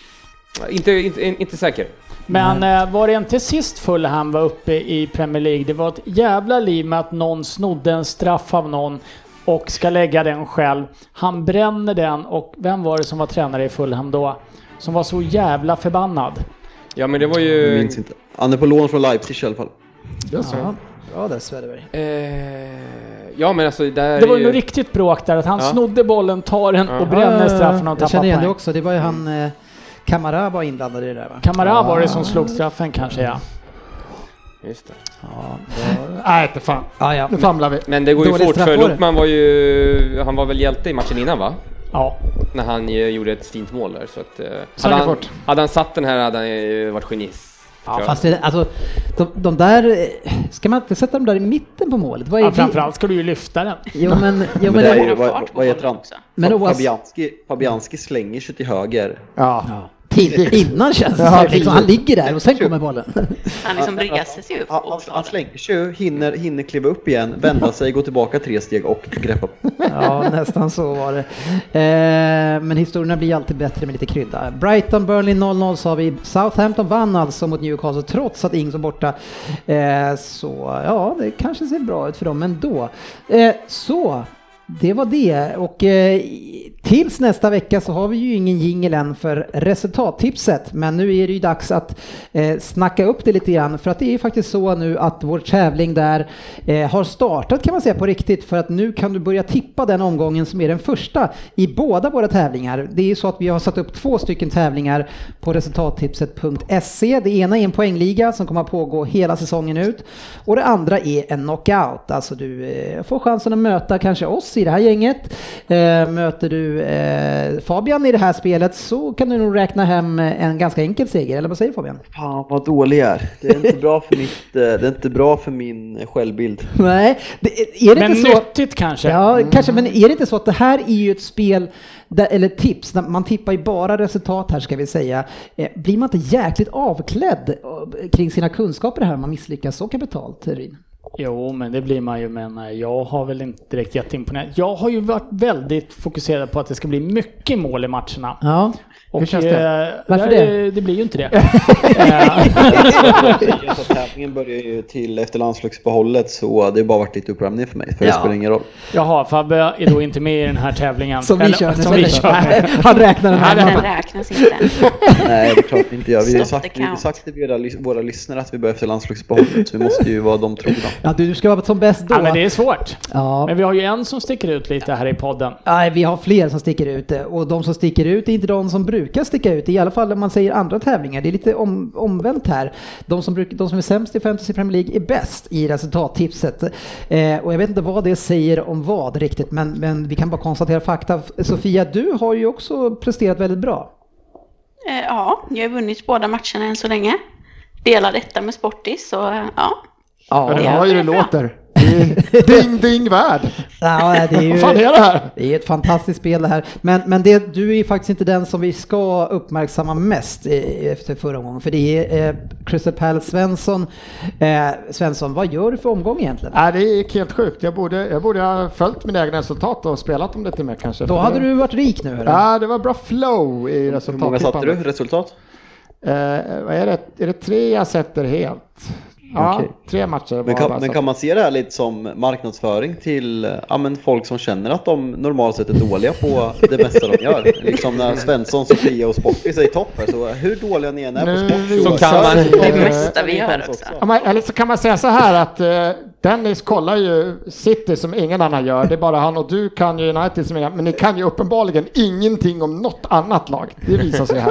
Inte säker. Men var det inte sist Fulham var uppe i Premier League? Det var ett jävla liv med att någon snodde en straff av någon och ska lägga den själv. Han bränner den, och vem var det som var tränare i Fulham då? Som var så jävla förbannad. Ja, men det var ju... Jag minns inte. Han är på lån från Leipzig i alla fall. Ja, det är Söderberg. Ja, men alltså det var ju något riktigt bråk där, att han snodde bollen, tar den och bränner straffen och tappar poäng. Jag känner igen det också. Det var ju han Kamara var inblandad i det där, va? Kamara var det som slog straffen kanske, ja. Just det. Nej, inte fan. Ja. Nu famlar vi. Men det går ju fort, för Lookman han var väl hjälte i matchen innan, va? Ja. När han gjorde ett fint mål där, så att hade han satt den här hade han ju varit genis. Ja, fast alltså de där, ska man inte sätta dem där i mitten på målet? Framförallt ska du ju lyfta den. Men vad heter han? Men Fabianski slänger sig till höger. Ja. Innan känns det liksom, han ligger där och sen kommer bollen. Han liksom reser sig upp. Han slänger sig, hinner kliva upp igen, vända sig, gå tillbaka 3 steg och greppa. Ja, nästan så var det. Men historierna blir alltid bättre med lite krydda. Brighton, Burnley 0-0 sa vi. Southampton vann alltså mot Newcastle trots att Ings var borta. Så ja, det kanske ser bra ut för dem ändå. Så det var det, och tills nästa vecka så har vi ju ingen jingle än för resultattipset, men nu är det ju dags att snacka upp det lite grann, för att det är faktiskt så nu att vår tävling där har startat, kan man säga, på riktigt, för att nu kan du börja tippa den omgången som är den första i båda våra tävlingar. Det är ju så att vi har satt upp 2 stycken tävlingar på resultattipset.se. Det ena är en poängliga som kommer att pågå hela säsongen ut, och det andra är en knockout, alltså du får chansen att möta kanske oss i det här gänget. Möter du Fabian i det här spelet så kan du nog räkna hem en ganska enkel seger, eller vad säger Fabian? Fan vad dålig jag är. Det är inte bra för det är inte bra för min självbild. Nej, är det men inte så? Nyttigt kanske. Ja, kanske, men är det inte så att det här är ju ett spel där, eller tips, man tippar ju bara resultat här, ska vi säga. Blir man inte jäkligt avklädd kring sina kunskaper här om man misslyckas så kapitalt, Rin? Jo, men det blir man ju, men jag har väl inte direkt jätteimponerad. Jag har ju varit väldigt fokuserad på att det ska bli mycket mål i matcherna. Ja. Och hur känns det? Varför det? Det blir ju inte det. Tävlingen börjar ju till efter landslagsuppehållet, så det har bara varit lite uppvärmning för mig, för det spelar ingen roll. Jaha, Fabbe är då inte med i den här tävlingen. Som vi kör. Han räknar den här. Den räknas inte. Nej, det är klart inte jag. Vi har sagt till våra lyssnare att vi börjar efter landslagsuppehållet, så vi måste ju vara de trogna. Ja, du ska vara som bäst då. Ja, men det är svårt. Ja. Men vi har ju en som sticker ut lite här i podden. Nej, vi har fler som sticker ut, och de som sticker ut är inte de som brukar sticka ut, i alla fall om man säger andra tävlingar. Det är lite omvänt här. De som är sämst i Fantasy Premier League är bäst i resultattipset. Och jag vet inte vad det säger om vad riktigt, men vi kan bara konstatera fakta. Sofia, du har ju också presterat väldigt bra. Ja, jag har vunnit båda matcherna än så länge. Delar detta med Sportis, så ja. Ja, det har ju det låter. Ding, ding, värld. Ja, det är ju fan är det här? Det är ett fantastiskt spel det här. Men det, du är ju faktiskt inte den som vi ska uppmärksamma mest efter förra omgången. För det är Crystal Palace Svensson. Svensson, vad gör du för omgång egentligen? Det är helt sjukt. Jag borde ha följt mina egna resultat och spelat dem lite mer kanske. Då hade du varit rik nu. Eller? Ja, det var bra flow i resultatet. Hur många satte du resultat? Vad är det? Är det 3 jag sätter helt? Ja, okay. 3 matcher. Men kan man se det här lite som marknadsföring till folk som känner att de normalt sett är dåliga på det mesta de gör? Liksom när Svensson, Sofia och Sportis är i topp här, så hur dåliga ni än är på sport så kan man det mesta vi gör också. Eller så kan man säga så här att Dennis kollar ju City som ingen annan gör. Det är bara han och du kan ju United som ingen, men ni kan ju uppenbarligen ingenting om något annat lag. Det visar sig här.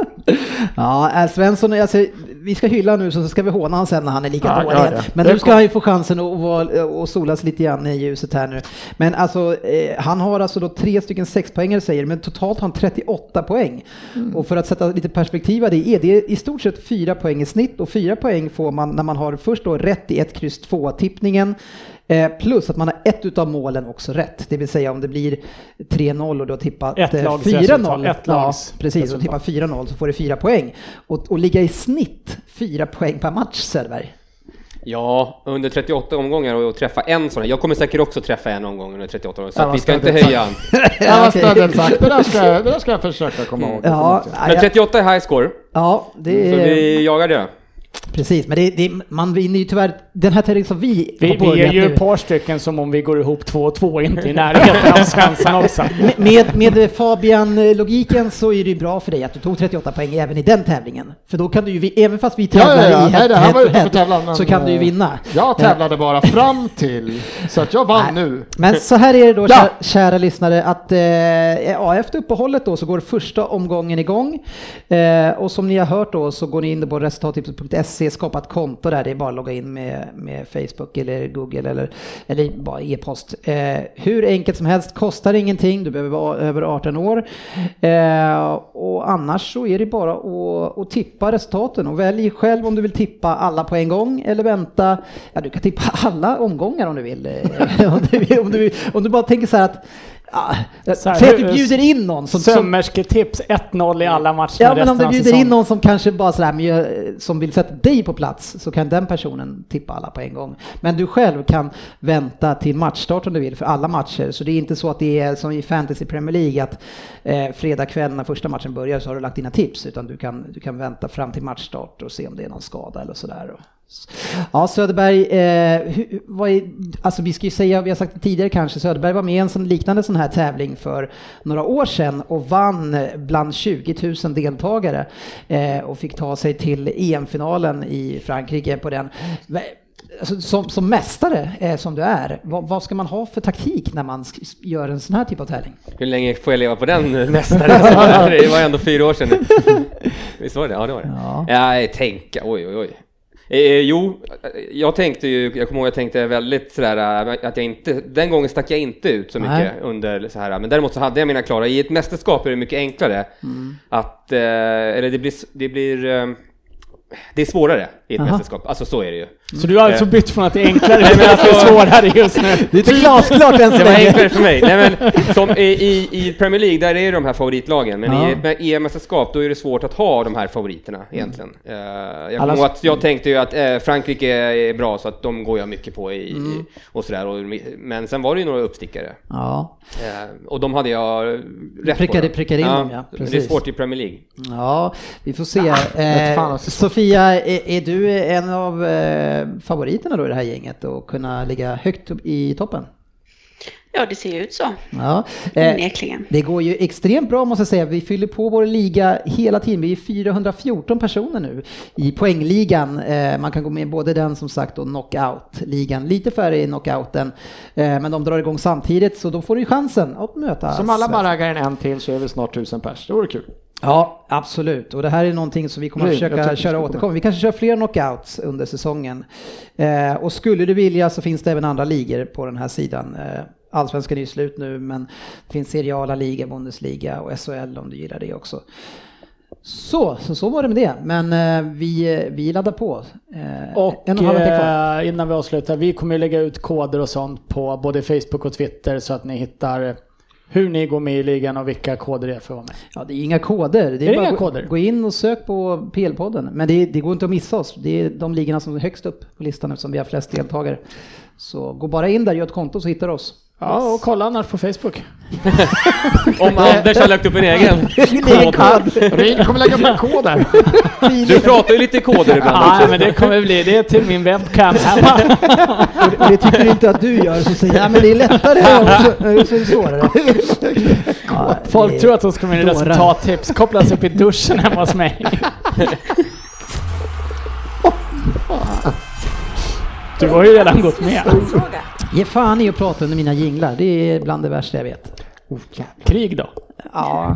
Ja, Svensson, alltså, vi ska hylla nu så ska vi håna han sen när han är lika dålig. Ja. Men nu ska han ju få chansen att solas lite grann i ljuset här nu. Men alltså, han har alltså då 3 stycken 6-poängare säger, men totalt har han 38 poäng. Och för att sätta lite perspektiv, det är i stort sett 4 poäng i snitt, och 4 poäng får man när man har först då rätt i 1-2-tippningen. Plus att man har ett utav målen också rätt. Det vill säga om det blir 3-0 och du har tippat 4-0. Ja, precis, och tippat 4-0 så får du 4 poäng. Och ligga i snitt 4 poäng per match, Söderberg. Ja, under 38 omgångar och träffa en sån här. Jag kommer säkert också träffa en omgång under 38 omgångar, så att vi ska inte höja han. Det där ska jag försöka komma ihåg. Ja, men 38 är high score. Ja, det är... Så vi jagar det. Precis, men man vinner ju tyvärr den här tävlingen som vi är ju ett par stycken som om vi går ihop 2-2 inte i närheten av Svensson också. Med Fabian-logiken så är det ju bra för dig att du tog 38 poäng även i den tävlingen. För då kan du ju, även fast vi tävlar head, så kan du ju vinna. Jag tävlade bara fram till, så att jag vann nu. Men så här är det då, kära lyssnare, att efter uppehållet då så går första omgången igång. Och som ni har hört då så går ni in på resultattips.se, skapa ett konto där, det är bara att logga in med Facebook eller Google eller bara e-post. Hur enkelt som helst, kostar ingenting, du behöver vara över 18 år. Och annars så är det bara att tippa resultaten och välj själv om du vill tippa alla på en gång eller vänta. Ja, du kan tippa alla omgångar om du vill. om du bara tänker så här att så att du bjuder in någon som sömmersketips 1-0 i alla matcher. Ja, men om du bjuder in någon som kanske bara sådär som vill sätta dig på plats, så kan den personen tippa alla på en gång. Men du själv kan vänta till matchstart om du vill för alla matcher. Så det är inte så att det är som i Fantasy Premier League att fredag kväll när första matchen börjar så har du lagt dina tips, utan du kan vänta fram till matchstart och se om det är någon skada eller sådär. Ja, Söderberg, alltså vi ska ju säga, vi har sagt det tidigare kanske, Söderberg var med i en liknande sån här tävling för några år sedan och vann bland 20 000 deltagare och fick ta sig till EM-finalen i Frankrike på den. Alltså, som mästare som du är, vad ska man ha för taktik när man gör en sån här typ av tävling? Hur länge får jag leva på den mästaren? Det var ändå 4 år sedan. Visst var det? Ja, det var det. Ja. Jag tänkte, oj. Jag tänkte väldigt sådär att jag inte, den gången stack jag inte ut så mycket under så här, men däremot så hade jag mina klara. I ett mästerskap är det mycket enklare att, eller det är svårare i ett mästerskap, alltså så är det ju. Så du har alltså bytt från att det är enklare till att det är svårare just nu? Det är inte glasklart än så länge. Det var enklare för mig. Nej, men som i Premier League, där är de här favoritlagen, men i ett mästerskap då är det svårt att ha de här favoriterna egentligen. Jag tänkte ju att Frankrike är bra, så att de går jag mycket på och sådär, men sen var det ju några uppstickare. Ja. Och de hade jag rätt prickade in dem, ja. Det är svårt i Premier League. Ja, vi får se. Sofia, är du en av favoriterna då i det här gänget och kunna ligga högt i toppen? Ja, det ser ut så. Ja. Det går ju extremt bra, måste jag säga. Vi fyller på vår liga hela tiden. Vi är 414 personer nu i poängligan. Man kan gå med både den som sagt och knockout-ligan. Lite färre i knockouten. Men de drar igång samtidigt, så då får du chansen att möta. Som alla bara äger en till så är vi snart 1000 pers. Det vore kul. Ja, absolut. Och det här är någonting som vi kommer att försöka köra återkomma. Vi kanske kör fler knockouts under säsongen. Och skulle du vilja så finns det även andra ligor på den här sidan. Allsvenskan är ju slut nu, men det finns seriala liga, Bundesliga och SHL om du gillar det också. Så var det med det. Men vi laddar på. Och innan vi avslutar, vi kommer lägga ut koder och sånt på både Facebook och Twitter så att ni hittar hur ni går med i ligan och vilka koder det är för att vara med. Ja, det är inga koder. Det är bara inga koder? Gå in och sök på PL-podden. Men det går inte att missa oss. Det är de ligorna som är högst upp på listan eftersom vi har flest deltagare. Så gå bara in där, gör ett konto så hittar du oss. Ja, och kolla annars på Facebook. Om Anders har lagt upp en egen kod. Ring kommer lägga upp en kod där. Du pratar ju lite koder ibland också. Nej, men det kommer bli det till min webbcam hemma. Och det tycker inte att du gör, så säger men det är lättare och så är det svårare. Ja, folk tror att de ska med resultattips kopplas upp i duschen hemma hos mig. Du har ju redan gått med. Ge fan i att prata under mina jinglar. Det är bland det värsta jag vet. Krig då? Ja.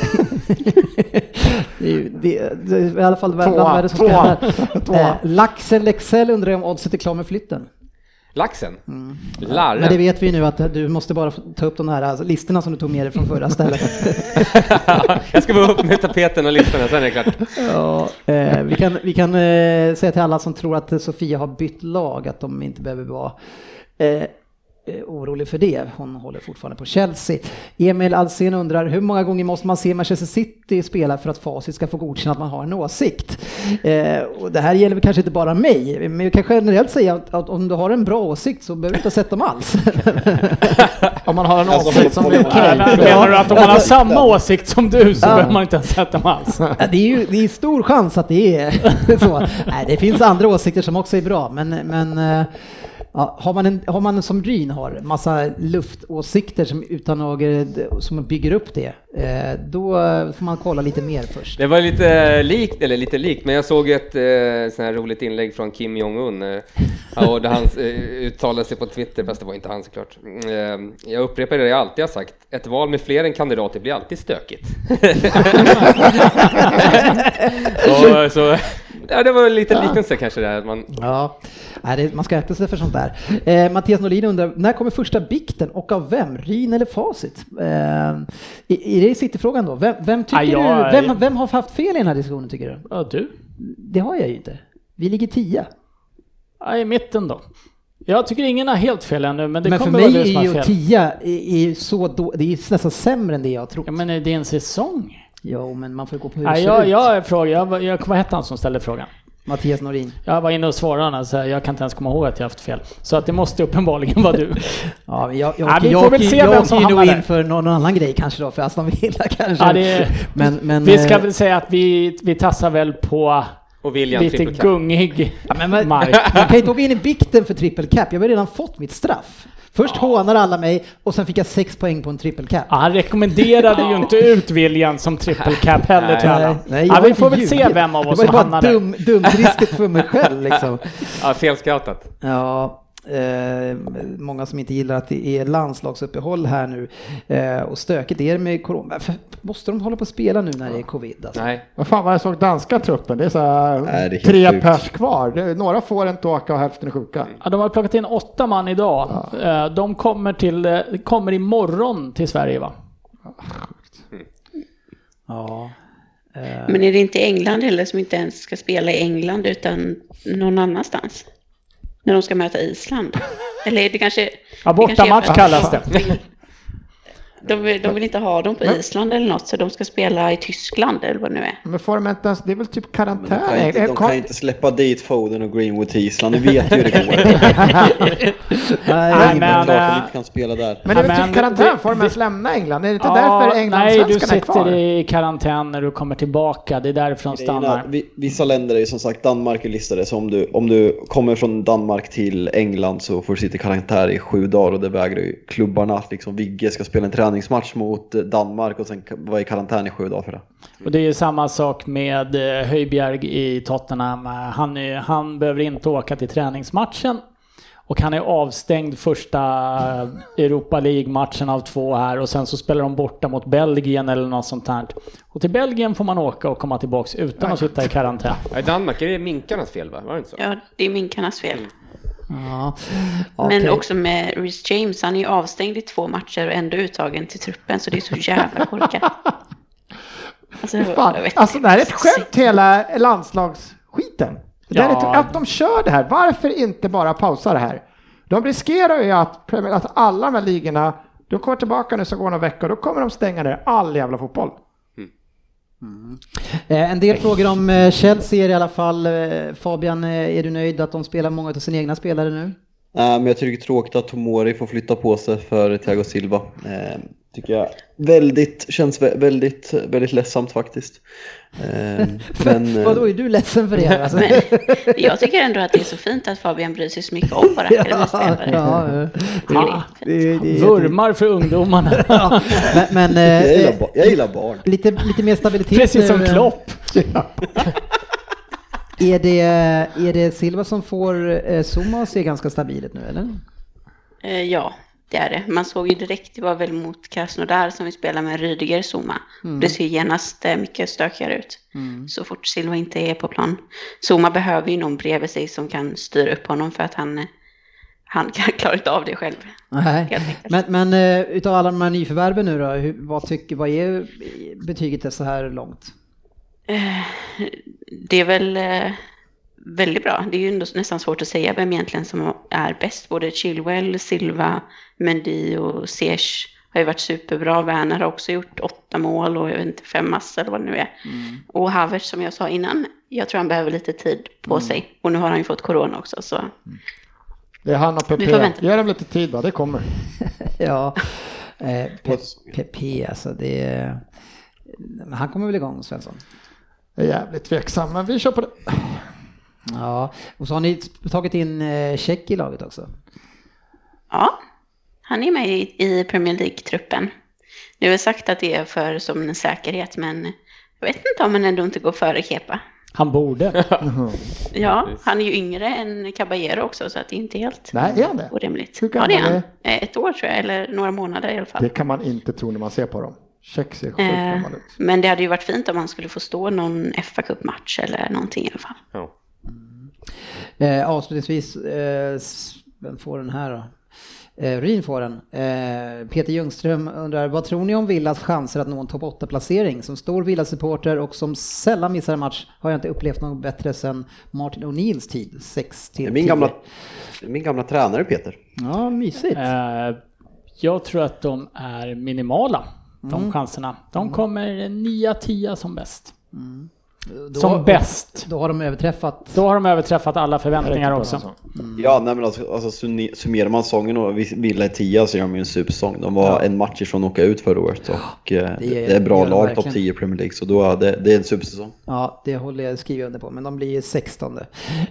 det är i alla fall bland värre som händer. Laxen Lexell undrar om Oddset är klar med flytten. Laxen? Men det vet vi nu att du måste bara ta upp de här listorna som du tog med dig från förra stället. Jag ska vara upp med tapeten och listorna, sen är det klart. Ja, vi kan säga till alla som tror att Sofia har bytt lag att de inte behöver vara orolig för det. Hon håller fortfarande på Chelsea. Emil Alsen undrar hur många gånger måste man se Manchester City spela för att Facit ska få godkänna att man har en åsikt. Och det här gäller väl kanske inte bara mig, men jag kan generellt säga att om du har en bra åsikt så behöver du inte ha sett dem alls. Om man har en åsikt som är okej. Menar du att om man har samma åsikt som du så behöver man inte ha sett dem alls? Det är stor chans att det är så. Nej, det finns andra åsikter som också är bra, men ja, har man som Ryn har massa luftåsikter som bygger upp det, då får man kolla lite mer först. Det var lite likt, men jag såg ett sån här roligt inlägg från Kim Jong-Un och där han uttalade sig på Twitter, fast det var inte han såklart. Jag upprepar det jag alltid har sagt: ett val med fler än kandidater blir alltid stökigt. Och så ja, det var lite liknande kanske där. Man ska äta sig för sånt där. Mattias Norlin undrar, när kommer första bikten och av vem? Ryn eller Facit? I det City-frågan då. Vem har haft fel i den här diskussionen tycker du? Ja, du. Det har jag ju inte. Vi ligger 10. Ja, i mitten då. Jag tycker ingen har helt fel ännu, men det kommer för mig är ju 10 det är nästan sämre än det jag tror. Ja, men är det en säsong? Ja, men man får gå på hur det ser ut. Vad hette han som ställde frågan? Mattias Norin. Jag var inne och svarade så jag kan inte ens komma ihåg att jag haft fel. Så att det måste uppenbarligen vara du. Ja, vi får väl se vem som hamnar in för någon annan grej kanske då, för Aston Villa kanske. Ja, men vi ska väl säga att vi tassar väl på och William lite gungig mark. Man kan inte åka in i bikten för triple cap. Jag har redan fått mitt straff. Först hånar alla mig och sen fick jag 6 poäng på en triple cap. Ja, han rekommenderade ju inte ut William som triple cap heller till alla. Nej, vi får väl se vem av oss som hamnar där. Det var bara dumdristigt för mig själv liksom. Ja, fel scoutat. Ja, många som inte gillar att det är landslagsuppehåll här nu och stökigt är det med corona. Måste de hålla på att spela nu när det är covid? Alltså? Nej. Vad fan var jag såg danska truppen? Det är så här 3 pers kvar. Några får inte åka och hälften är sjuka. Ja, de har plockat in 8 man idag. Ja. De kommer imorgon till Sverige, va? Ja. Men är det inte England heller som inte ens ska spela i England utan någon annanstans? När de ska möta Island. Eller är det kanske... Ja, bortamatch kallas det. De vill inte ha dem på Island eller något, så de ska spela i Tyskland eller vad det nu är. Men får de inte ens, det är väl typ karantän. De kan inte släppa dit Foden och Greenwood till Island. Du vet ju hur det går. Nej, men klart de inte kan spela där. Men det är väl typ karantän, får de ens lämna England? Är det inte därför England-svenskarna är kvar? Nej, du sitter i karantän när du kommer tillbaka. Det är därifrån stannar. Vissa länder är ju som sagt, Danmark är listade. Så om du kommer från Danmark till England så får du sitta i karantän i 7 dagar. Och det vägrar ju klubbarna att liksom Vigge ska spela en träningsmatch mot Danmark och sen vara i karantän i 7 dagar för det. Och det är samma sak med Højbjerg i Tottenham. Han behöver inte åka till träningsmatchen. Och han är avstängd första Europa League-matchen av 2 här. Och sen så spelar de borta mot Belgien eller något sånt här. Och till Belgien får man åka och komma tillbaka utan att sitta i karantän. I Danmark är det minkarnas fel, va? Var det inte så? Ja, det är minkarnas fel. Ja, okay. Men också med Reece James, han är ju avstängd i 2 matcher och ändå uttagen till truppen, så det är så jävla korkat. Alltså det här är ett skämt hela landslagsskiten. Det är att de kör det här. Varför inte bara pausa det här? De riskerar ju att alla de här ligorna, de kommer tillbaka nu så går några veckor, då kommer de stänga ner all jävla fotboll. En del frågor om Chelsea i alla fall. Fabian, är du nöjd att de spelar många av sina egna spelare nu? Men jag tycker det är tråkigt att Tomori får flytta på sig för Thiago Silva. Tycker jag känns väldigt ledsamt faktiskt. Men vadå, är du ledsen för det? Alltså? Men jag tycker ändå att det är så fint att Fabian bryr sig så mycket om våra akademispelare. Vurmar för ungdomarna. Men jag gillar barn. Lite mer stabilitet. Precis som Klopp. Är det Silva som får Zuma att se ganska stabilt nu, eller? Ja, det är det. Man såg ju direkt, det var väl mot Krasnodar som vi spelar med Rydiger Zuma. Det ser genast mycket stökigare ut. Så fort Silva inte är på plan. Zuma behöver ju någon bredvid sig som kan styra upp honom för att han kan klara inte av det själv. Nej. Men utav alla de här nyförvärven nu då, vad är betyget så här långt? Det är väl väldigt bra. Det är ju nästan svårt att säga vem egentligen som är bäst. Både Chilwell, Silva, Mendy och Ziyech har ju varit superbra. Werner har också gjort 8 mål och jag vet inte 5 massor eller vad det nu är. Och Havertz, som jag sa innan, jag tror han behöver lite tid på sig. Och nu har han ju fått corona också. Så. Det är han och Pepe. Ge dem lite tid va, det kommer. Ja, Pepe alltså han kommer väl igång, Svensson? Det är jävligt tveksam, men vi kör på det. Ja, och så har ni tagit in Check i laget också. Ja, han är med i Premier League-truppen. Nu har jag sagt att det är för som en säkerhet, men jag vet inte om han ändå inte går före Kepa. Han borde. Ja, han är ju yngre än Caballero också, så att det är inte helt orimligt. Hur gammal är han? 1 år tror jag, eller några månader i alla fall. Det kan man inte tro när man ser på dem. Check ser sjukt gammal ut. Men det hade ju varit fint om man skulle få stå någon FA-cupmatch eller någonting i alla fall. Ja. Avslutningsvis, vem får den här då? Ryn får den. Peter Ljungström undrar, vad tror ni om Villas chanser att nå en topp 8-placering? Som stor Villa-supporter och som sällan missar en match har jag inte upplevt något bättre sedan Martin O'Neills tid, 6-10. Min gamla tränare Peter. Ja, mysigt. Jag tror att de är minimala, de chanserna. De kommer 9-10 som bäst. Som bäst. Då har de överträffat. Då har de överträffat alla förväntningar också. Ja, nej, men alltså summerar man säsongen och Villa är 10 så gör de ju en supersäsong. De var en match ifrån att åka ut förra året och det är bra lag, topp 10 Premier League, så då det är en supersäsong. Ja, det håller jag skriva under på, men de blir 16.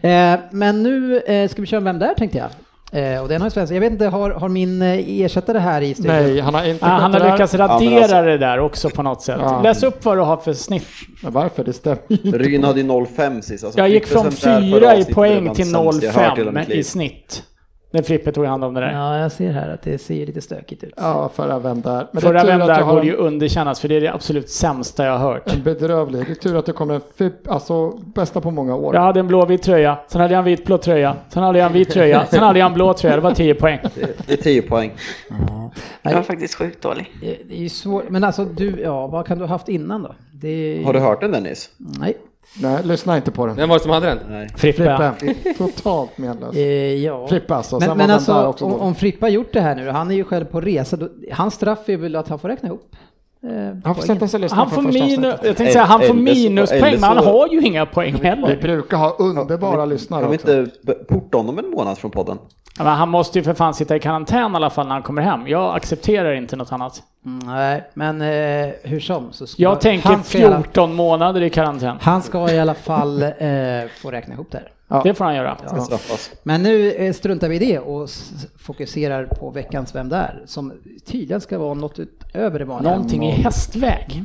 Men nu ska vi köra Vem där, tänkte jag. Och den har Svensson. Jag vet inte, har min ersättare här i studion? Nej, han har inte han har lyckats radera det där också på något sätt. Läs upp vad du har för snitt. Ja, varför? Det stämmer inte. Ryn hade 0,5 sist. Alltså, jag gick från 4 i poäng till 0,5 i snitt. När Frippe tog hand om det där. Ja, jag ser här att det ser lite stökigt ut. Ja, förra Vem där. Men förra Vem där borde ju underkännas, för det är det absolut sämsta jag har hört. En bedrövlig. Det är tur att det kommer bästa på många år. Jag hade en blåvit tröja, sen hade jag en vit blå tröja, sen hade jag en vit tröja, sen hade jag en blå tröja. Det var 10 poäng. Det är 10 poäng. Ja. Jag var faktiskt sjukt dålig. Det är ju svårt. Men alltså, vad kan du ha haft innan då? Har du hört den, Dennis? Nej, lyssna inte på den. Vem var det som hade den? Nej. Frippe. Totalt medlös. Ja. Frippa alltså. Men alltså, om Frippa gjort det här nu, han är ju själv på resa, hans straff är väl att han får räkna ihop. Han får sätta sig och lyssna han får han får minuspoäng, men han har ju inga poäng heller. Vi brukar ha underbara lyssnare. Kan vi inte porta honom en månad från podden? Ja, men han måste ju för fan sitta i karantän i alla fall när han kommer hem. Jag accepterar inte något annat. Nej, men hur som så ska jag tänker 14 månader i karantän. Han ska i alla fall få räkna ihop det här. Ja. Det får han göra. Ja. Men nu struntar vi i det och fokuserar på veckans Vem där, som tydligen ska vara något utöver det vanliga. Någonting i hästväg.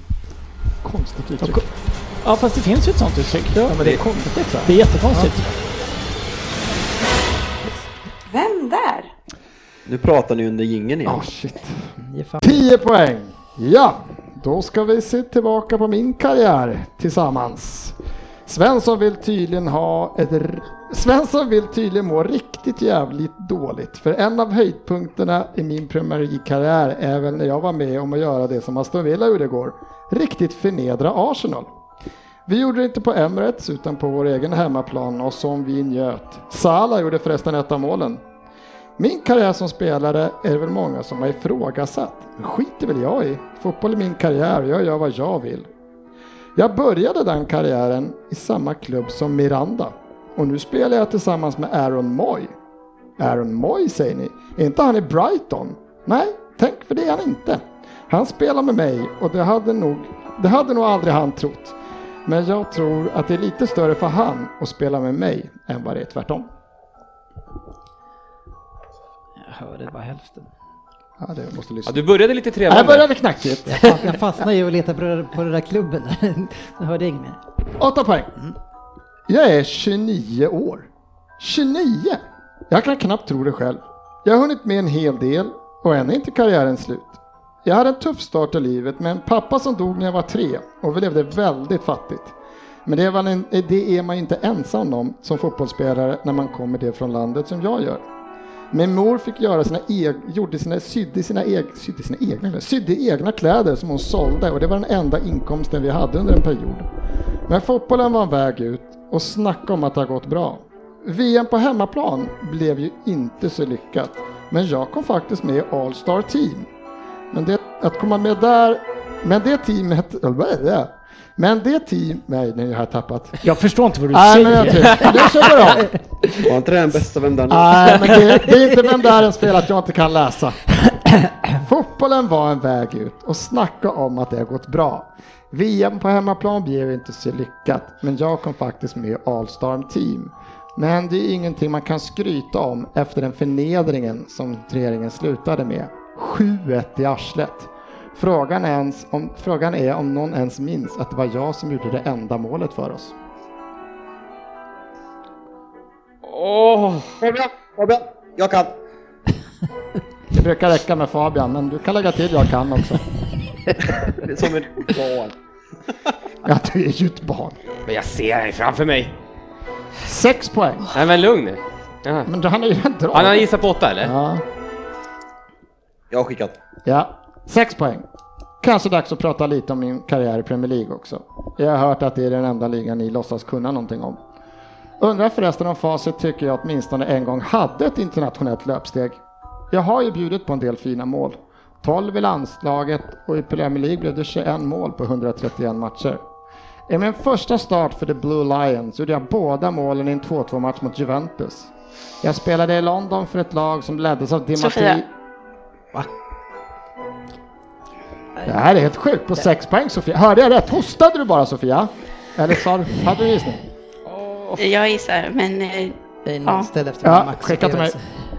Konstigt uttryck. Ja, fast det finns ju ett sånt uttryck. Ja, men det är konstigt så. Det är jättekonstigt. Vem där? Nu pratar ni under jingeln igen. Shit. 10 poäng. Ja, då ska vi se tillbaka på min karriär tillsammans. Svensson vill tydligen ha ett Svensson vill tydligen må riktigt jävligt dåligt. För en av höjdpunkterna i min Premier League-karriär är väl när jag var med om att göra det som Aston Villa gjorde igår. Riktigt förnedra Arsenal. Vi gjorde det inte på Emirates utan på vår egen hemmaplan och som vi njöt. Salah gjorde förresten ett av målen. Min karriär som spelare är det väl många som har ifrågasatt. Men skiter väl jag i. Fotboll är min karriär och jag gör vad jag vill. Jag började den karriären i samma klubb som Miranda. Och nu spelar jag tillsammans med Aaron Moy. Aaron Moy säger ni. Är inte han i Brighton? Nej, tänk för det är han inte. Han spelar med mig och det hade nog aldrig han trott. Men jag tror att det är lite större för han att spela med mig än vad det är tvärtom. Jag hörde bara hälften. Ja, det måste lyssna. Ja, du började lite trevande. Jag började knackigt. Jag fastnade ju och letade på den där klubben. Jag hörde inget mer. 8 poäng. Jag är 29 år. 29? Jag kan knappt tro det själv. Jag har hunnit med en hel del och än är inte karriären slut. Jag hade en tuff start i livet med en pappa som dog när jag var 3 och vi levde väldigt fattigt. Men det är man inte ensam om som fotbollsspelare när man kommer det från landet som jag gör. Min mor fick göra sydde egna kläder som hon sålde och det var den enda inkomsten vi hade under en period. Men fotbollen var en väg ut och snacka om att det har gått bra. VM på hemmaplan blev ju inte så lyckat, men jag kom faktiskt med i All-Star Team. Men det teamet, nej nu har jag tappat. Jag förstår inte vad du säger. Men jag kör bra. Var inte den bästa Vem där nu? Nej, men det är inte Vem där ens fel att jag inte kan läsa. Fotbollen var en väg ut och snacka om att det har gått bra. VM på hemmaplan blev inte så lyckat, men jag kom faktiskt med i All-Star Team. Men det är ingenting man kan skryta om efter den förnedringen som regeringen slutade med. 7-1 i arslet. Frågan är om någon ens minns att det var jag som gjorde det enda målet för oss. Fabian, jag kan. Det brukar räcka med Fabian, men du kan lägga till jag kan också. Det är som ett barn. Ja, du är ju ett barn. Men jag ser dig framför mig. 6 poäng. Nej, men lugn nu. Men han är ju en drag. Han har gissat på 8 eller? Ja. Jag har skickat. Ja, 6 poäng. Kanske dags att prata lite om min karriär i Premier League också. Jag har hört att det är den enda ligan ni låtsas kunna någonting om. Undrar förresten om facit tycker jag åtminstone en gång hade ett internationellt löpsteg. Jag har ju bjudit på en del fina mål. 12 i landslaget och i Premier League blev det 21 mål på 131 matcher. I min första start för The Blue Lions gjorde jag båda målen i en 2-2 match mot Juventus. Jag spelade i London för ett lag som leddes av Di Matteo. Va? Det här är helt sjukt på 6 poäng, Sofia. Hörde jag rätt? Hostade du bara, Sofia? Eller hade du gissning? Jag gissar, men skicka till mig.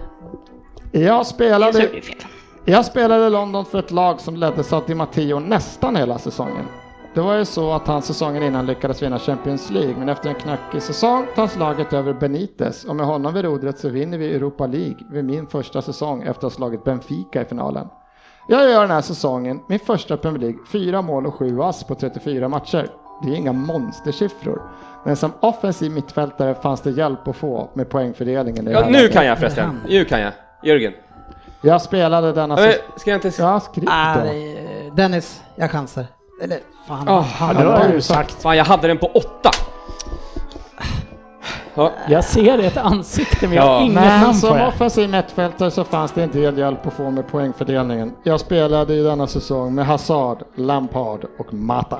Jag spelade i London för ett lag som leddes av Di Matteo nästan hela säsongen. Det var ju så att han säsongen innan lyckades vinna Champions League, men efter en knackig säsong tas laget över Benitez och med honom vid rodret så vinner vi Europa League vid min första säsong efter att ha slagit Benfica i finalen. Jag gör den här säsongen, min första Premier League, 4 mål och 7 ass på 34 matcher. Det är inga monstersiffror. Men som offensiv mittfältare fanns det hjälp att få med poängfördelningen. Ja, nu kan jag förresten. Nu kan jag. Jörgen. Jag spelade denna säsong. Ska jag inte... Ja, skriv då. Dennis, jag chansar. Eller, fan. Det har du sagt. Fan, jag hade den på 8. Ja. Jag ser ett ansikte men jag har inget namn på det. Som offensiv mittfältare så fanns det en del hjälp att få med poängfördelningen. Jag spelade i denna säsong med Hazard, Lampard och Mata.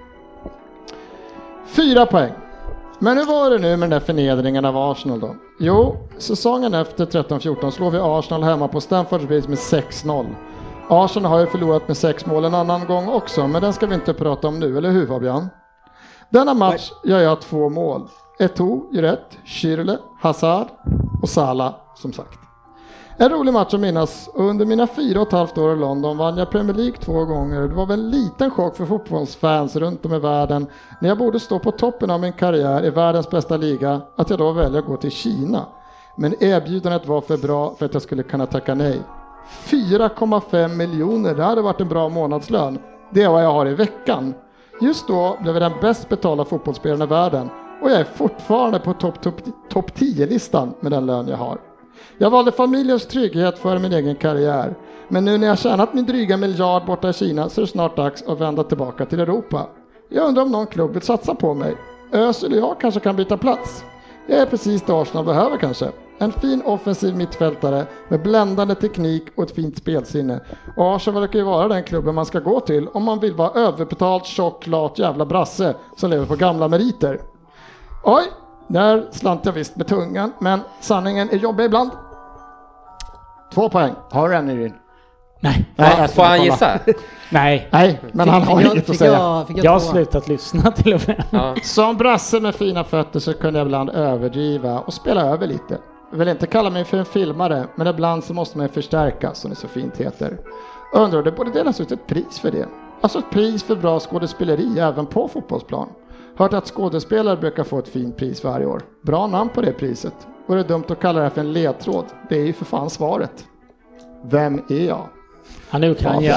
4 poäng. Men hur var det nu med den där förnedringen av Arsenal då? Jo, säsongen efter 13-14 slår vi Arsenal hemma på Stamford Bridge med 6-0. Arsenal har ju förlorat med 6 mål en annan gång också, men den ska vi inte prata om nu, eller hur Fabian? Denna match gör jag 2 mål. Eto'o gör 1, Schürrle, Hazard och Salah som sagt. En rolig match att minnas, och under mina 4,5 år i London vann jag Premier League 2 gånger. Det var väl en liten chock för fotbollsfans runt om i världen när jag borde stå på toppen av min karriär i världens bästa liga att jag då väljer att gå till Kina. Men erbjudandet var för bra för att jag skulle kunna tacka nej. 4,5 miljoner, det hade varit en bra månadslön. Det är vad jag har i veckan. Just då blev jag den bäst betalda fotbollsspelaren i världen och jag är fortfarande på topp 10-listan med den lön jag har. Jag valde familjens trygghet för min egen karriär. Men nu när jag tjänat min dryga miljard borta i Kina så är det snart dags att vända tillbaka till Europa. Jag undrar om någon klubb vill satsa på mig. Özil och jag kanske kan byta plats. Jag är precis det Arsenal behöver kanske. En fin offensiv mittfältare med bländande teknik och ett fint spelsinne. Och Arsenal verkar ju vara den klubben man ska gå till om man vill vara överbetalt, tjock, lat jävla brasse som lever på gamla meriter. Oj, där slant jag visst med tungan, men sanningen är jobbig ibland. 2 poäng. Har du en i din? Nej. Får han gissa? Nej, men han har inget att säga. Jag har slutat lyssna till och med. Ja. Som brasse med fina fötter så kunde jag ibland överdriva och spela över lite. Jag vill inte kalla mig för en filmare, men ibland så måste man förstärka, som det så fint heter. Undrar, det borde delas ut ett pris för det. Alltså ett pris för bra skådespeleri även på fotbollsplan. Hört att skådespelare brukar få ett fint pris varje år. Bra namn på det priset. Var det dumt att kalla det för en ledtråd? Det är ju för fan svaret. Vem är jag? Han är ukrainare.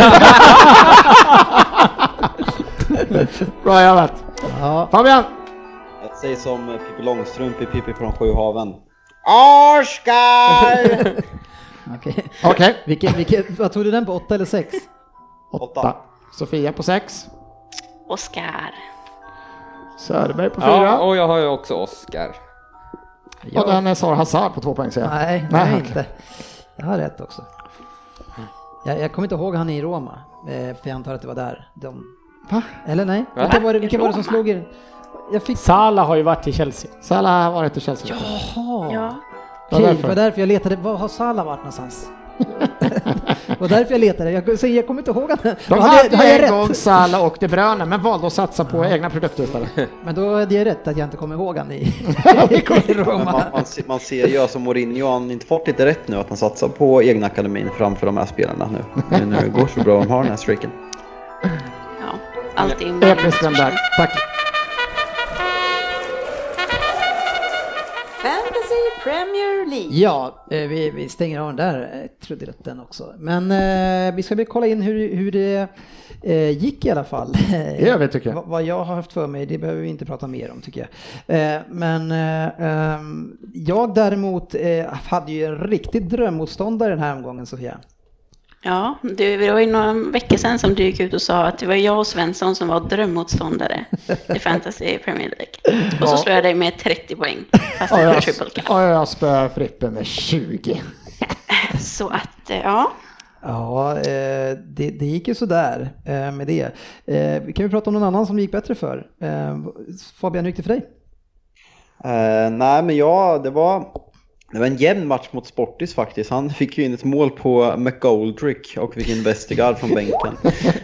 Bra jobbat. Ja. Fabian! Jag säger som Pippi Långstrump i Pippi från Sjöhaven. Oscar! Okej. Vad tog du den på? 8 eller 6? 8. Sofia på 6. Oscar. Söderberg på 4. Ja, och jag har ju också Oscar. Och den är Sara Hazard på 2 poäng säger jag. Nej, inte. Jag har rätt också. Jag kommer inte ihåg han i Roma. För jag antar att det var där. Va? Eller nej? Va? Vilka var det som slog er? Salah har ju varit i Chelsea. Salah har varit i Chelsea. Jaha. Ja. Okej, det var därför jag letade. Var har Salah varit någonstans? Det var därför jag letade. Jag kommer inte ihåg att de hade en gång Salah och De Bruyne, men valde att satsa på egna produkter istället. Men då hade jag rätt att jag inte kommer ihåg han i Roma. Man ser ju som Mourinho, han inte fått lite rätt nu att han satsar på egna akademin framför de här spelarna nu. När det går så bra de har den här streaken. Ja, alltid. Episkt den där. Tack. Fantasy Premier League. Ja, vi stänger av den där trudelutten också. Men vi ska kolla in hur det gick i alla fall. Det gör vi, tycker jag. Vad jag har haft för mig, det behöver vi inte prata mer om tycker jag. Men jag däremot hade ju en riktigt drömmotståndare den här omgången, Sofia. Ja, det var ju några veckor sedan som du gick ut och sa att det var jag och Svensson som var drömmotståndare i Fantasy Premier League. Och så slår jag dig med 30 poäng. Fast det var triple cup. Och jag spöar Frippe med 20. Så att, ja. Ja, det gick ju sådär med det. Kan vi prata om någon annan som det gick bättre för? Fabian, hur gick det för dig? Nej, men det var en jämn match mot Sportis faktiskt. Han fick ju in ett mål på McGoldrick och fick in Vestergaard från bänken.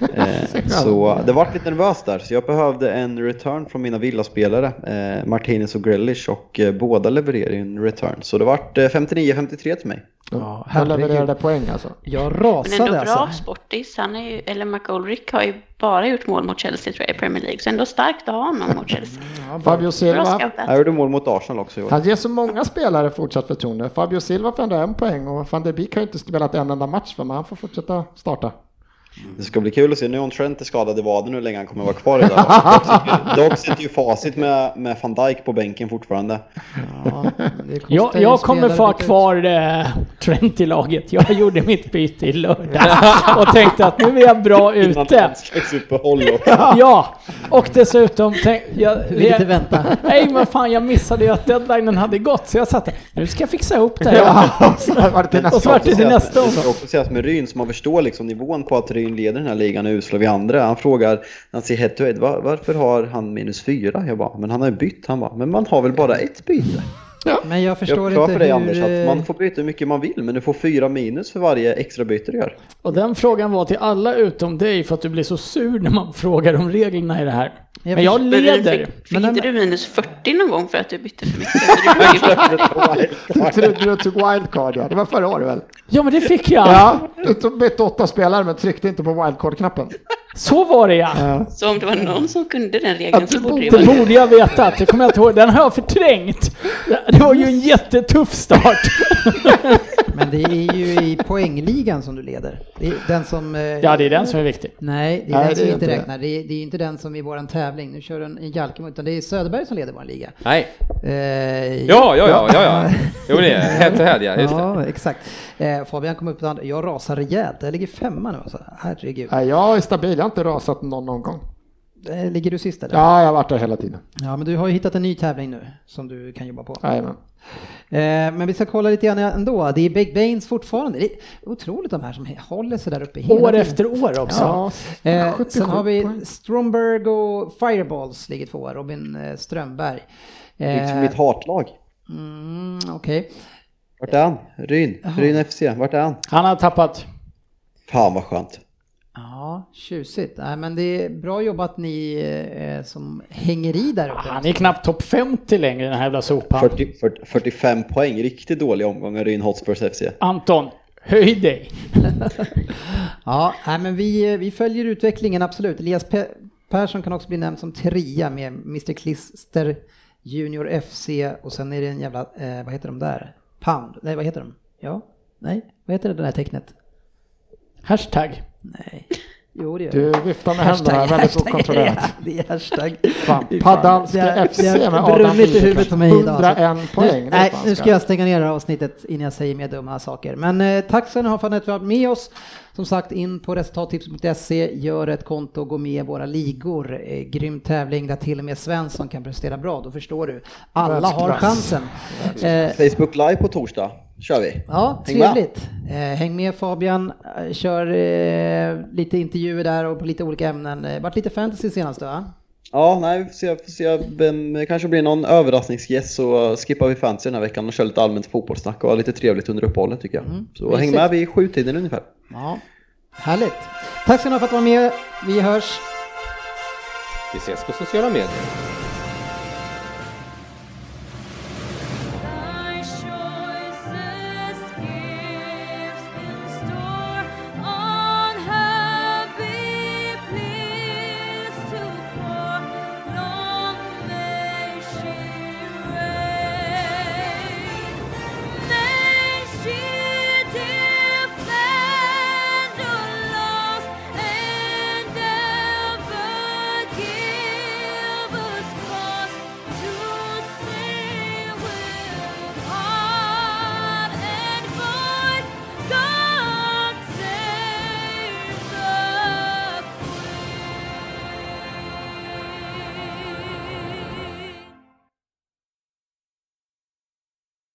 Så det var lite nervöst där. Så jag behövde en return från mina villaspelare, Martinez och Grealish, och båda levererade en return. Så det var 59-53 till mig. Ja, han levererade poäng alltså. Jag rasade. Men ändå bra alltså. Sportis. Eller McGoldrick har ju bara gjort mål mot Chelsea, tror jag, i Premier League. Så ändå starkt att ha honom mot Chelsea. Fabio Silva. Han gjorde mål mot Arsenal också i år. Han ger så många spelare fortsatt förtroende. Fabio Silva får ändå 1 poäng och Van der Beek har inte spelat en enda match, men han får fortsätta starta. Det ska bli kul att se nu om Trent är skadad i vaden hur länge han kommer vara kvar i det. Dock sitter ju facit med Van Dijk på bänken fortfarande. Ja, jag kommer få ha kvar Trent i laget. Jag gjorde mitt byte i lördag och tänkte att nu är jag bra ute. Ja, och dessutom lite vänta. Nej, men fan, jag missade ju att deadlinen hade gått, så jag satt där. Nu ska jag fixa ihop det. Och så var det till nästa. Det ska också sägas med Ryn, som man förstår liksom nivån på att Ryn leder den här ligan och uslar vi andra. Han frågar, när han ser head to head, varför har han -4? Jag bara, men han har ju bytt. Han bara, men man har väl bara ett byte? Ja. Men jag förstår inte för dig, Anders, att man får byta hur mycket man vill, men du får 4 minus för varje extra byte du gör. Och den frågan var till alla utom dig, för att du blir så sur när man frågar om reglerna i det här. Men jag leder. Fick inte du minus 40 någon gång för att du bytte för mycket? Du trodde du tog wildcard, ja. Det var förra året väl? Ja, men det fick jag. Ja, du bytte 8 spelare men tryckte inte på wildcard-knappen. Så var det ja. Så om det var någon som kunde den regeln så borde det Det vara... borde jag veta. Det kommer jag inte ihåg. Den har jag förträngt. Det var ju en jättetuff start. Men det är ju i poängligan som du leder. Det är den som... Ja, det är den som är viktig. Nej, det är den som inte räknar. Det är inte den som i våran tävling. Nu kör en Jalkemo, utan det är Söderberg som leder vår liga. Nej. Ja. Jo, det är head to head, ja. Just det. Ja, exakt. Fabian kom upp där. Jag rasar rejält. Jag ligger 5 nu. Alltså. Herregud. Ja, jag är stabil. Jag har inte rasat någon gång. Ligger du sist eller? Ja, jag har varit där hela tiden. Ja, men du har ju hittat en ny tävling nu som du kan jobba på. Jajamän. Men vi ska kolla lite grann ändå. Det är Big Banes fortfarande. Det är otroligt de här som håller sig där uppe hela år tiden. efter år också. Ja. Sen har vi Stromberg och Fireballs ligger 2. Robin Strömberg. Mitt hatlag. Okej. Vart är han? Ryn FC. Vart är han? Han har tappat. Fan vad skönt. Ja, tjusigt. Nej, men det är bra jobbat ni som hänger i där uppe. Han är knappt topp 50 längre den här jävla sopan. 45 poäng. Riktigt dålig omgång av Ryn Hotspurs FC. Anton, höj dig. Ja, nej, men vi följer utvecklingen absolut. Elias Persson kan också bli nämnd som 3 med Mr. Klister Junior FC och sen är det en jävla, vad heter de där? Pound. Nej, vad heter de? Ja, nej, vad heter det här tecknet? Hashtag. Nej. Jo, det gör Du viftar med händerna väldigt okontrollerat. Det är hashtag. Paddanska FC med Adam huvudet på mig idag. 101 poäng. Nej, nu ska jag stänga ner det här avsnittet innan jag säger mer dumma saker. Men tack så ni har för att ni har varit med oss. Som sagt, in på resultattips.se, gör ett konto och gå med i våra ligor. Grym tävling där till och med Svensson kan prestera bra, då förstår du. Alla har chansen. Facebook live på torsdag. Kör vi. Ja, trevligt. Häng med Fabian, kör lite intervjuer där och på lite olika ämnen. Vart lite fantasy senast då? Ja, nej, vi får se vem, kanske blir någon överraskningsgäst, så skippar vi fantasy den här veckan och kör lite allmänt fotbollssnack och lite trevligt under uppehållet tycker jag. Så häng med vid 7-tiden ungefär. Ja, härligt. Tack så mycket för att du var med. Vi hörs. Vi ses på sociala medier.